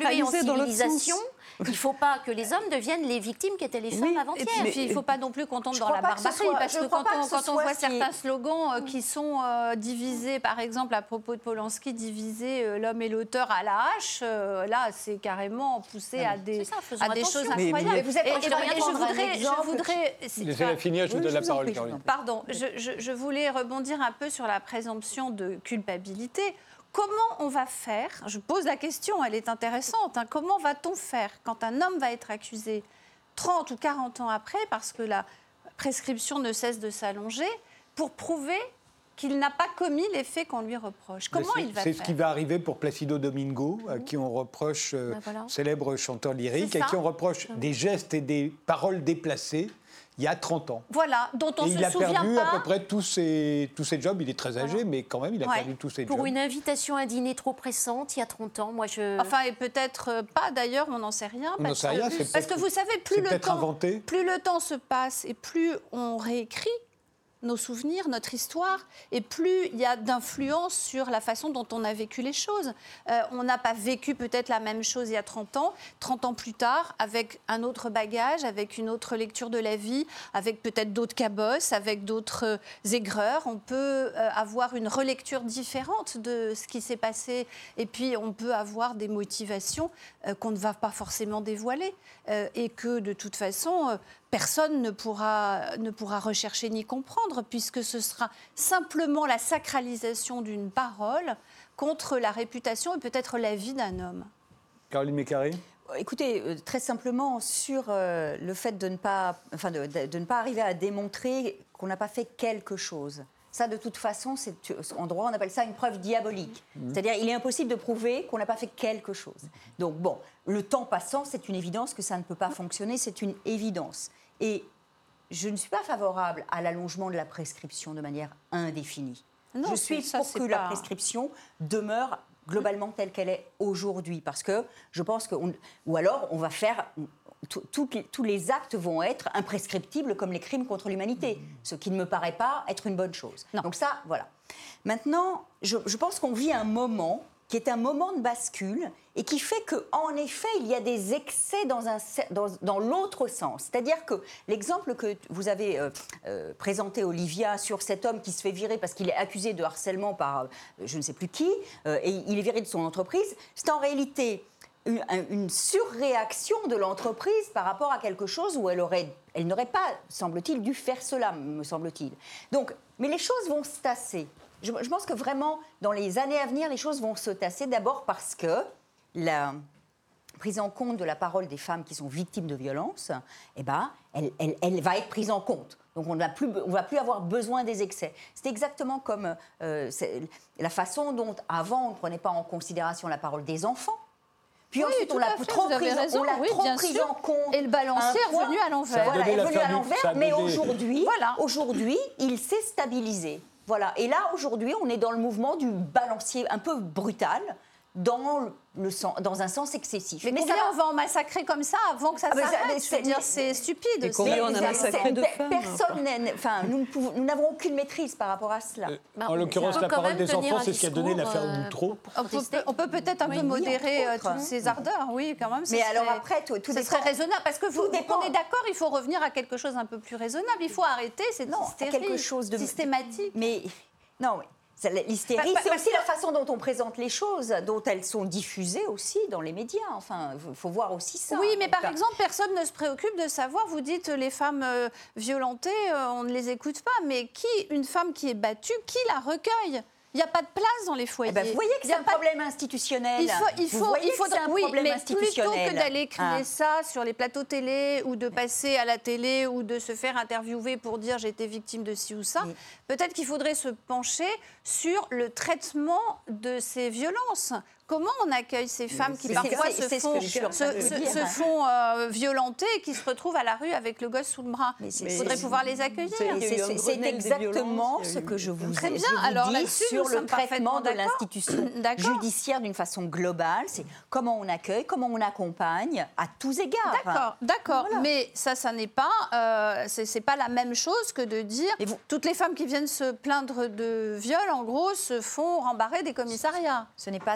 évoluer en généraliser dans l'autre civilisation, sens. il ne faut pas que les hommes deviennent les victimes qu'étaient les femmes Oui, avant-hier. Et puis, il ne faut pas non plus qu'on tombe Je dans crois la pas que ce barbarie, soit- parce je que crois quand pas on, que ce quand on soit voit ce qui est- certains slogans euh, qui sont euh, divisés, par exemple, à propos de Polanski, diviser euh, l'homme et l'auteur à la hache, euh, là, c'est carrément poussé à des, C'est ça, faisons à des attention. choses Mais- incroyables. mais vous êtes- Et- je et- voudrais et je prendre un voudrais... exemple Je voudrais c'est- Laissez-la finir, je vous Oui, donne je la vous en parole, prie, je vous en Caroline. prie. Pardon, je, je- je voulais rebondir un peu sur la présomption de culpabilité. Comment on va faire, je pose la question, elle est intéressante, hein, comment va-t-on faire quand un homme va être accusé trente ou quarante ans après, parce que la prescription ne cesse de s'allonger, pour prouver qu'il n'a pas commis les faits qu'on lui reproche? Comment C'est- il va C'est faire? ce qui va arriver pour Placido Domingo, à qui on reproche, euh, Ben voilà. célèbre chanteur lyrique, C'est à qui ça. on reproche des gestes et des paroles déplacées il y a trente ans. Voilà, dont on et ne il se a souvient perdu pas. à peu près tous ses, tous ses jobs. Il est très âgé, mais quand même, il a Ouais. perdu tous ses Pour jobs. une invitation à dîner trop pressante, il y a trente ans, moi je... Enfin, et peut-être euh, pas d'ailleurs, on n'en sait rien. On n'en parce sait que- rien, c'est Parce peut-être- que vous savez, plus c'est le peut-être temps, inventé. plus le temps se passe et plus on réécrit nos souvenirs, notre histoire, et plus il y a d'influence sur la façon dont on a vécu les choses. Euh, on n'a pas vécu peut-être la même chose il y a trente ans, trente ans plus tard, avec un autre bagage, avec une autre lecture de la vie, avec peut-être d'autres cabosses, avec d'autres euh, aigreurs. On peut euh, avoir une relecture différente de ce qui s'est passé, et puis on peut avoir des motivations euh, qu'on ne va pas forcément dévoiler, euh, et que de toute façon, euh, personne ne pourra, ne pourra rechercher ni comprendre, puisque ce sera simplement la sacralisation d'une parole contre la réputation et peut-être la vie d'un homme. Caroline Mécari. Écoutez, euh, très simplement sur euh, le fait de ne pas, enfin de, de- de ne pas arriver à démontrer qu'on n'a pas fait quelque chose. Ça, de toute façon, c'est, en droit, on appelle ça une preuve diabolique. C'est-à-dire, il est impossible de prouver qu'on n'a pas fait quelque chose. Donc, bon, le temps passant, c'est une évidence que ça ne peut pas fonctionner, c'est une évidence. Et je ne suis pas favorable à l'allongement de la prescription de manière indéfinie. Non, je suis c'est- ça, pour c'est que la pas- prescription demeure globalement telle qu'elle est aujourd'hui. Parce que je pense que... on- ou alors, on va faire... tout- toutes les- tous les actes vont être imprescriptibles comme les crimes contre l'humanité, ce qui ne me paraît pas être une bonne chose. Non. Donc ça, voilà. Maintenant, je, je pense qu'on vit un moment qui est un moment de bascule et qui fait qu'en effet, il y a des excès dans, un, dans, dans l'autre sens. C'est-à-dire que l'exemple que vous avez euh, euh, présenté, Olivia, sur cet homme qui se fait virer parce qu'il est accusé de harcèlement par euh, je ne sais plus qui, euh, et il est viré de son entreprise, c'est en réalité une, une surréaction de l'entreprise par rapport à quelque chose où elle, aurait, elle n'aurait pas, semble-t-il, dû faire cela, me semble-t-il. Donc, mais les choses vont se tasser. Je, je pense que vraiment, dans les années à venir, les choses vont se tasser. D'abord parce que la prise en compte de la parole des femmes qui sont victimes de violences, eh ben, elle, elle, elle va être prise en compte. Donc on ne va plus, on va plus avoir besoin des excès. C'est exactement comme euh, c'est la façon dont, avant, on ne prenait pas en considération la parole des enfants. Puis Oui, ensuite, tout on l'a à fait, trop vous avez prise, raison, on l'a oui, trop bien prise sûr. en compte. Et le balancier à un est point- revenu à l'envers. Ça a Voilà, donné est la revenu à famille- l'envers, ça a mais donné- aujourd'hui, Voilà. aujourd'hui, il s'est stabilisé. Voilà. Et là, aujourd'hui, on est dans le mouvement du balancier un peu brutal, dans, le sens, dans un sens excessif. Mais, ça combien va- on va en massacrer comme ça avant que ça Ah, mais ça- s'arrête? mais Je c'est- veux dire, mais- c'est stupide. Et combien C'est- on a c'est- massacré de Pe- femmes, Personne, n'est- enfin, nous ne pouvons- nous n'avons aucune maîtrise par rapport à cela. Euh, Bah, en on l'occurrence, peut la quand parole même des tenir enfants, un c'est ce qui a donné discours, l'affaire euh, Boutreau. pour On peut, protester. on peut peut-être un Oui, peu oui, modérer entre euh, autres. toutes ces ardeurs, oui, quand même. ce Mais alors serait- après, tout, tout ce dépend. serait raisonnable, parce que vous, Tout dépend. on est d'accord, il faut revenir à quelque chose un peu plus raisonnable. Il faut arrêter cette Non, à hystérie quelque chose de systématique. Mais non, mais ça, l'hystérie, Pa- pa- c'est parce aussi que- la façon dont on présente les choses, dont elles sont diffusées aussi dans les médias. Enfin, il faut voir aussi ça. Oui, mais par Enfin, exemple, personne ne se préoccupe de savoir, vous dites euh, les femmes euh, violentées, euh, on ne les écoute pas, mais qui, une femme qui est battue, qui la recueille? Il n'y a pas de place dans les foyers. eh ben, vous voyez que Il y c'est a un pas de- problème institutionnel. Il faut, il Vous faut, voyez il que faudrait- c'est un oui, problème mais plutôt institutionnel. que d'aller crier Hein. ça sur les plateaux télé ou de passer à la télé ou de se faire interviewer pour dire j'ai été victime de ci ou ça, Oui. peut-être qu'il faudrait se pencher sur le traitement de ces violences. Comment on accueille ces femmes qui c'est- parfois c'est- se c'est ce font, que je suis en train se, de se- dire. se font euh, violenter et qui se retrouvent à la rue avec le gosse sous le bras? Mais c'est- Il Mais faudrait c'est- pouvoir les accueillir. c'est- il y a eu C'est un c'est- c'est Grenelle des exactement violences, il y ce a eu- que je vous, Très je bien. vous Alors dis là-dessus, sur nous le sommes traitement de parfaitement l'institution D'accord. judiciaire d'une façon globale. C'est comment on accueille, comment on accompagne à tous égards. D'accord, d'accord. Voilà. Mais ça, ça n'est pas, euh, c'est c'est pas la même chose que de dire Et vous- toutes les femmes qui viennent se plaindre de viol, en gros, se font rembarrer des commissariats. Ce n'est pas ce que je dis.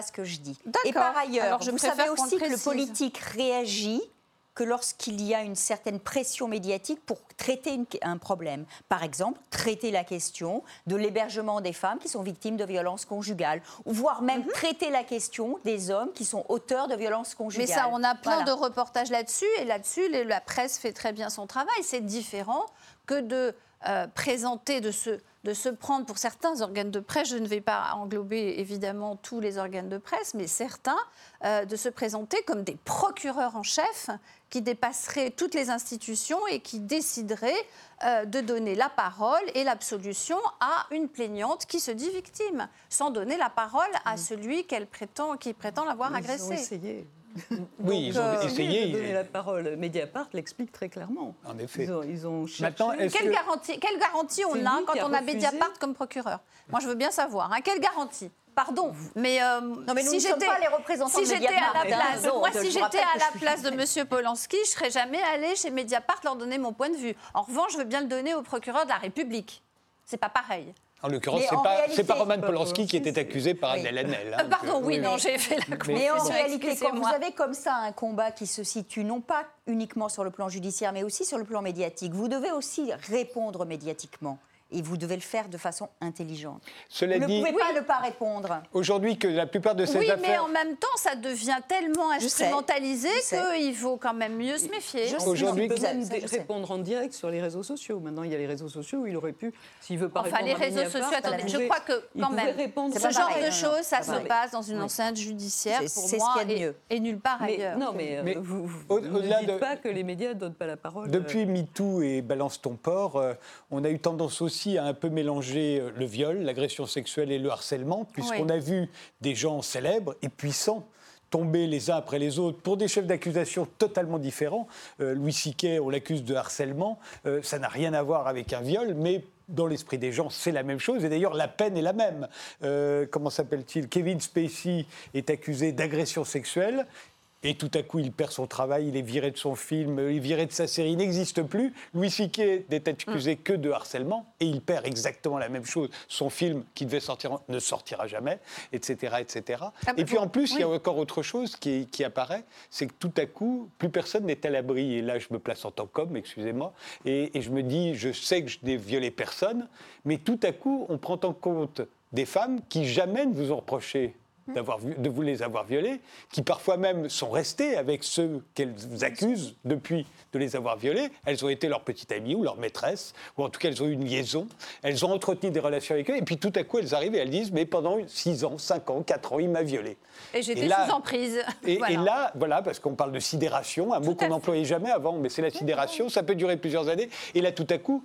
dis. D'accord. Et par ailleurs, Alors, je vous préfère savez qu'on aussi le que le précise. politique réagit que lorsqu'il y a une certaine pression médiatique pour traiter une- un problème. Par exemple, traiter la question de l'hébergement des femmes qui sont victimes de violences conjugales, ou voire même Mhm. traiter la question des hommes qui sont auteurs de violences conjugales. Mais ça, on a plein Voilà. de reportages là-dessus, et là-dessus, les- la presse fait très bien son travail. C'est différent que de euh, présenter, de se, de se prendre pour certains organes de presse. Je ne vais pas englober évidemment tous les organes de presse, mais certains, euh, de se présenter comme des procureurs en chef qui dépasseraient toutes les institutions et qui décideraient euh, de donner la parole et l'absolution à une plaignante qui se dit victime, sans donner la parole à celui qu'elle prétend, qui prétend l'avoir Ils ont agressé. essayé. Oui, ils ont euh, essayé. de donner la parole. Mediapart l'explique très clairement. En effet. Ils ont, ils ont cherché. Maintenant, est-ce Quelle que- garantie, quelle garantie on C'est a lui quand qui a on a refusé. Mediapart comme procureur? Moi, je veux bien savoir. Hein, quelle garantie? Pardon, mais, euh, Non, mais nous si ne sommes j'étais pas les représentants si de j'étais à la Mediapart, place, hein. moi, Je si vous j'étais rappelle à que la je suis- place de Monsieur Polanski, je serais jamais allée chez Mediapart leur donner mon point de vue. En revanche, je veux bien le donner au procureur de la République. C'est pas pareil. En l'occurrence, Mais c'est en pas, réalité, c'est pas Roman c'est pas Polanski qui Polanski, était accusé par oui. Adèle Haenel. hein, Euh, pardon, donc, euh, oui, non, j'ai fait la Mais- Mais en confusion, réalité, quand vous excusez-moi. avez comme ça un combat qui se situe non pas uniquement sur le plan judiciaire, mais aussi sur le plan médiatique, vous devez aussi répondre médiatiquement. Et vous devez le faire de façon intelligente. Cela Vous dit, ne pouvez pas ne pas répondre. aujourd'hui que la plupart de ces Oui, mais affaires... en même temps, ça devient tellement Je sais, instrumentalisé je sais. qu'il faut quand même mieux se méfier. Je sais. Aujourd'hui- Il peut Ça, même ça, dé- je sais. répondre en direct sur les réseaux sociaux. Maintenant, il y a les réseaux sociaux où il aurait pu, s'il veut pas Enfin, les répondre à réseaux Mediapart, sociaux, attendez, il je pouvait- crois que il quand pouvait même, répondre C'est ce pas genre pareil, de non, choses, ça pas se pareil. passe dans une Oui. enceinte judiciaire, C'est- pour c'est ce moi, qu'il y a de et, mieux. et nulle part Mais, ailleurs. non, mais, euh, Mais vous, vous au- ne au-delà dites de- pas que les médias ne donnent pas la parole. Depuis MeToo et Balance ton port, euh, on a eu tendance aussi à un peu mélanger euh, le viol, l'agression sexuelle et le harcèlement, puisqu'on Oui. a vu des gens célèbres et puissants tomber les uns après les autres pour des chefs d'accusation totalement différents. Euh, Louis C K, on l'accuse de harcèlement. Euh, ça n'a rien à voir avec un viol, mais dans l'esprit des gens, c'est la même chose. Et d'ailleurs, la peine est la même. Euh, comment s'appelle-t-il? Kevin Spacey est accusé d'agression sexuelle. Et tout à coup, il perd son travail, il est viré de son film, il est viré de sa série, il n'existe plus. Louis C K n'est accusé que de harcèlement et il perd exactement la même chose. Son film, qui devait sortir, en- ne sortira jamais, et cetera, et cetera. Ah, mais et puis bon, en plus, il y a oui. encore autre chose qui, qui apparaît, c'est que tout à coup, plus personne n'est à l'abri. Et là, je me place en tant qu'homme, excusez-moi, et, et je me dis, je sais que je n'ai violé personne, mais tout à coup, on prend en compte des femmes qui jamais ne vous ont reproché d'avoir vu- de vous les avoir violées, qui parfois même sont restées avec ceux qu'elles vous accusent depuis de les avoir violées. Elles ont été leur petite amie ou leur maîtresse, ou en tout cas elles ont eu une liaison, elles ont entretenu des relations avec eux, et puis tout à coup elles arrivent et elles disent « mais pendant six ans, cinq ans, quatre ans, il m'a violée ». Et j'étais Et là- sous emprise. Et, Voilà. et là, voilà, parce qu'on parle de sidération, un mot à qu'on fait. n'employait jamais avant, mais c'est la sidération, ça peut durer plusieurs années, et là tout à coup,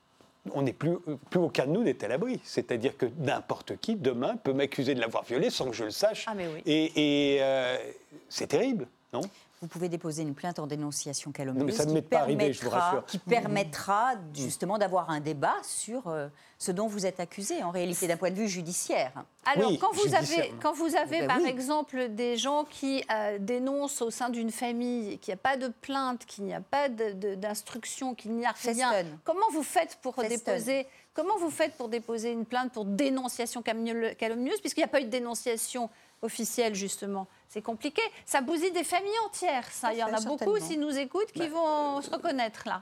on n'est plus, plus aucun de nous n'est à l'abri. C'est-à-dire que n'importe qui, demain, peut m'accuser de l'avoir violée sans que je le sache. Ah, mais oui. Et, et, euh, c'est terrible, non? Vous pouvez déposer une plainte en dénonciation calomnieuse Non, mais ça ne qui m'est pas arrivé, je vous permettra- rassure. qui permettra justement d'avoir un débat sur euh, ce dont vous êtes accusé, en réalité, d'un point de vue judiciaire. Alors, Oui, quand vous judiciaire. avez, quand vous avez Ben par oui. exemple, des gens qui euh, dénoncent au sein d'une famille qu'il n'y a pas de plainte, qu'il n'y a pas de- de- d'instruction, qu'il n'y a rien, Festonne. comment vous faites pour Festonne. déposer Comment vous faites pour déposer une plainte pour dénonciation calomnie- calomnieuse, puisqu'il n'y a pas eu de dénonciation officielle, justement? C'est compliqué. Ça bousille des familles entières, ça. Il y en a Certainement. beaucoup, s'ils nous écoutent, qui vont se reconnaître, là.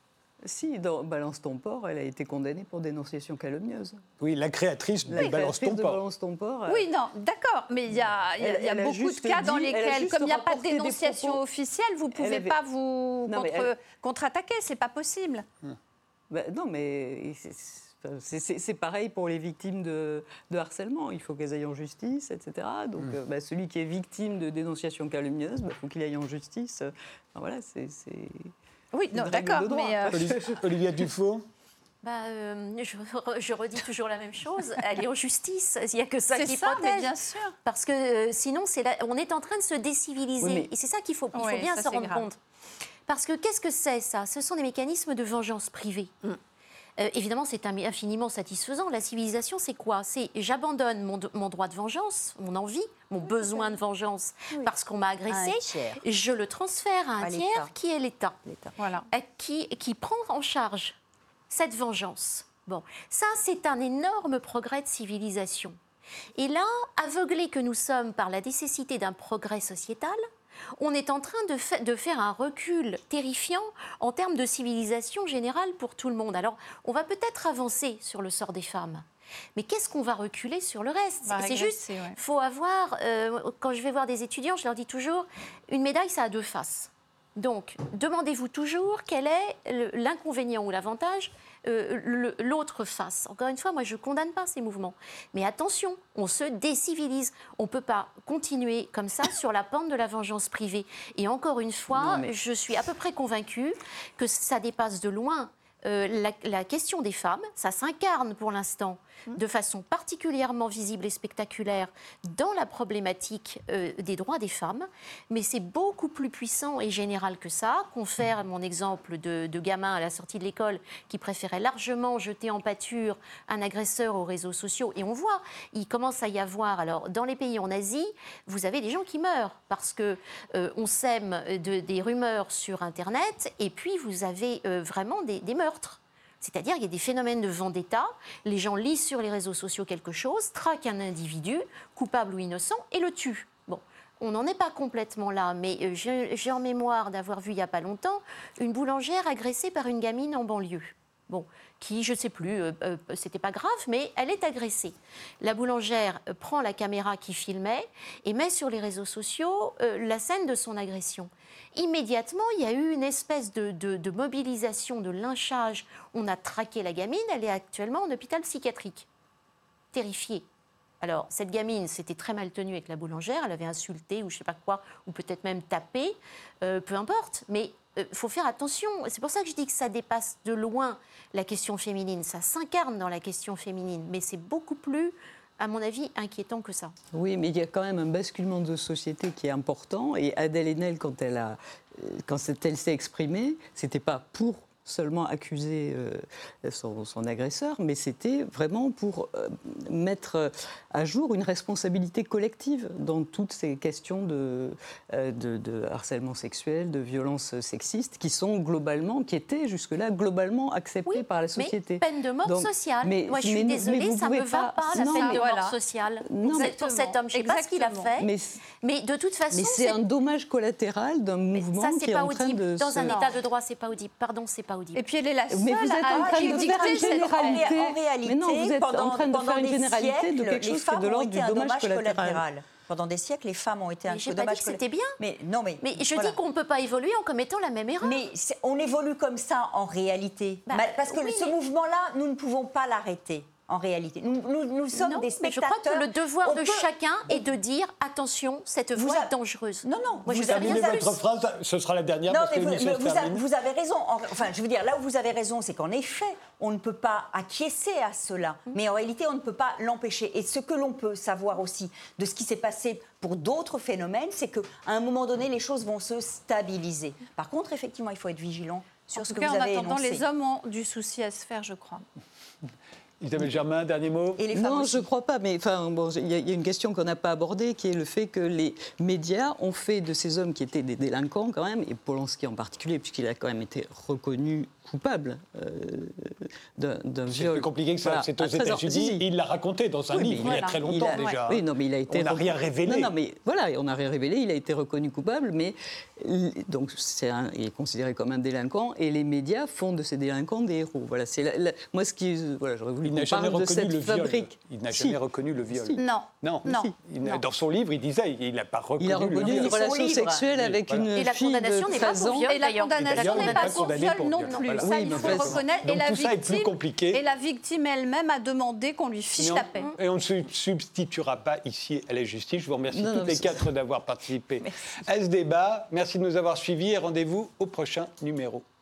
Si, dans Balance ton port, elle a été condamnée pour dénonciation calomnieuse. Oui, la créatrice de La Balance créatrice ton de port. Balance ton port. euh, Oui, non, d'accord, mais il y a, il y a- Elle- il y a elle a beaucoup juste de cas dans dit- elle a lesquels, juste comme il n'y a pas de rapporté des dénonciation propos. officielle, vous ne pouvez avait- pas vous Non, mais contre- elle- contre-attaquer, c'est pas possible. bah, non, mais c'est- c'est c'est- c'est pareil pour les victimes de, de harcèlement. Il faut qu'elles aillent en justice, et cetera. Donc, euh, bah, celui qui est victime de dénonciation calomnieuse, il faut qu'il aille en justice. Enfin, voilà, c'est. c'est- Oui, non, Une règle d'accord, de droit. mais euh, Olivia, Olivia Dufault. Bah, euh, je, je redis toujours la même chose. Aller en justice, il n'y a que ça c'est qui ça, mais protège. bien sûr. Parce que euh, sinon, c'est la- on est en train de se déciviliser. Oui, mais- Et c'est ça qu'il faut, il faut Oui, bien ça, se c'est rendre grave. compte. Parce que qu'est-ce que c'est ça? Ce sont des mécanismes de vengeance privée. Euh, évidemment, c'est un- infiniment satisfaisant. La civilisation, c'est quoi? C'est j'abandonne mon, mon droit de vengeance, mon envie, mon besoin de vengeance parce qu'on m'a agressé. Un tiers. Je le transfère à un À tiers l'État. qui est l'État. Voilà. Euh, qui, qui prend en charge cette vengeance. Bon, ça, c'est un énorme progrès de civilisation. Et là, aveuglés que nous sommes par la nécessité d'un progrès sociétal, on est en train de, fa- de faire un recul terrifiant en termes de civilisation générale pour tout le monde. Alors, on va peut-être avancer sur le sort des femmes. Mais qu'est-ce qu'on va reculer sur le reste? On va C'est régresser, juste, ouais. faut avoir, euh, quand je vais voir des étudiants, je leur dis toujours, une médaille, ça a deux faces. Donc, demandez-vous toujours quel est le- l'inconvénient ou l'avantage, euh, le- l'autre face. Encore une fois, moi, je ne condamne pas ces mouvements. Mais attention, on se décivilise. On ne peut pas continuer comme ça sur la pente de la vengeance privée. Et encore une fois, Non, mais- je suis à peu près convaincue que ça dépasse de loin euh, la, la question des femmes. Ça s'incarne pour l'instant de façon particulièrement visible et spectaculaire dans la problématique euh, des droits des femmes, mais c'est beaucoup plus puissant et général que ça. Confère mon exemple de, de gamin à la sortie de l'école qui préférait largement jeter en pâture un agresseur aux réseaux sociaux. Et on voit, il commence à y avoir, alors dans les pays en Asie, vous avez des gens qui meurent parce que euh, on sème de- des rumeurs sur Internet et puis vous avez euh, vraiment des, des meurtres. C'est-à-dire qu'il y a des phénomènes de vendetta, les gens lisent sur les réseaux sociaux quelque chose, traquent un individu, coupable ou innocent, et le tuent. Bon, on n'en est pas complètement là, mais euh, j'ai j'ai en mémoire d'avoir vu il n'y a pas longtemps une boulangère agressée par une gamine en banlieue. Bon, qui, je ne sais plus, euh, euh, c'était pas grave, mais elle est agressée. La boulangère euh, prend la caméra qui filmait et met sur les réseaux sociaux euh, la scène de son agression. Immédiatement, il y a eu une espèce de, de- de mobilisation, de lynchage. On a traqué la gamine, elle est actuellement en hôpital psychiatrique, terrifiée. Alors, cette gamine s'était très mal tenue avec la boulangère, elle avait insulté ou je ne sais pas quoi, ou peut-être même tapé, euh, peu importe. Mais il faut faire attention. C'est pour ça que je dis que ça dépasse de loin la question féminine. Ça s'incarne dans la question féminine, mais c'est beaucoup plus, à mon avis, inquiétant que ça. Oui, mais il y a quand même un basculement de société qui est important. Et Adèle Haenel, quand elle, a, quand elle s'est exprimée, c'était pas pour seulement accuser euh, son, son agresseur, mais c'était vraiment pour euh, mettre à jour une responsabilité collective dans toutes ces questions de, euh, de, de harcèlement sexuel, de violences sexistes, qui sont globalement, qui étaient jusque-là globalement acceptées Oui, par la société. mais peine de mort Donc, sociale. mais- Moi, je mais suis vous- désolée, mais vous ça ne pouvez me va pas- pas, la non, peine mais de voilà. mort sociale. Non, pour, mais- cette- pour cet homme, je ne sais pas ce qu'il a Exactement. fait, Mais, mais de toute façon, mais c'est un dommage collatéral d'un mouvement ça, qui c'est est pas en train audible. de Dans se... un état de droit, c'est pas audible. Pardon, c'est pas audible. Et puis elle est la seule Mais vous êtes en à train de dicter faire une cette généralité. règle. En réalité, Mais non, vous êtes pendant, en train de pendant faire une des généralité siècles, de quelque les chose qui est femmes de ont l'ordre été du un dommage dommage collatéral. Pendant des siècles, les femmes ont été un Mais je n'ai dommage pas dit que c'était bien. Mais non, mais Mais je voilà. dis qu'on ne peut pas évoluer en commettant la même erreur. Mais c'est- on évolue comme ça en réalité. Bah, Mal- Parce que oui, ce mais- mouvement-là, nous ne pouvons pas l'arrêter. En réalité, nous, nous, nous sommes Non, des mais je spectateurs. crois que le devoir On de peut- chacun est de dire attention, cette Vous voie a- est dangereuse. Non, non, Moi, je vous sais avez- rien Terminez de votre plus. phrase, ce sera la dernière Non, parce que mais vous, l'émission mais se vous a- termine. vous avez raison. En- Enfin, je veux dire, là où vous avez raison, c'est qu'en effet, on ne peut pas acquiescer à cela. Mais en réalité, on ne peut pas l'empêcher. Et ce que l'on peut savoir aussi de ce qui s'est passé pour d'autres phénomènes, c'est qu'à un moment donné, les choses vont se stabiliser. Par contre, effectivement, il faut être vigilant sur En ce tout que cas, vous en avez attendant, énoncé. les hommes ont du souci à se faire, je crois. Isabelle Germain, dernier mot. Et les femmes Non, aussi. je ne crois pas. Mais enfin, bon, il y, a- il y a une question qu'on n'a pas abordée, qui est le fait que les médias ont fait de ces hommes qui étaient des délinquants quand même, et Polanski en particulier, puisqu'il a quand même été reconnu coupable euh, d'un d'un C'est viol. plus compliqué que ça. Voilà, C'est aux à treize ans. États-Unis. Si, si. Il l'a raconté dans un Oui, mais livre il y a voilà. très Il longtemps a- déjà. Oui, non, mais il a été. On n'a rien reconnu- révélé. Non, non, mais voilà, on n'a rien révélé. Il a été reconnu coupable, mais l- donc c'est un- il est considéré comme un délinquant, et les médias font de ces délinquants des héros. Voilà, c'est la- la- moi ce qui, voilà, j'aurais voulu Il qu'on n'a jamais parle de reconnu cette le viol. fabrique. Il n'a Si. jamais reconnu le viol. Si. Non. Non, Non. Si. Il n'a- Non. Dans son livre, il disait il n'a pas reconnu, Il a le reconnu viol. une Son relation livre. sexuelle Oui, avec voilà. une Et la fille condamnation de n'est pas treize pour ans. viol. Et la D'ailleurs, condamnation d'ailleurs, n'est il pas n'est pas pour condamné viol pour non viol. plus. Voilà. Ça, Oui, il mais faut le enfin, reconnaître. donc et la tout ça est victime, plus compliqué. Et la victime elle-même a demandé qu'on lui fiche Mais on- la paix. Et on ne se substituera pas ici à la justice. Je vous remercie Non, toutes non, les c'est- quatre d'avoir participé à ce débat. Merci de nous avoir suivis et rendez-vous au prochain numéro.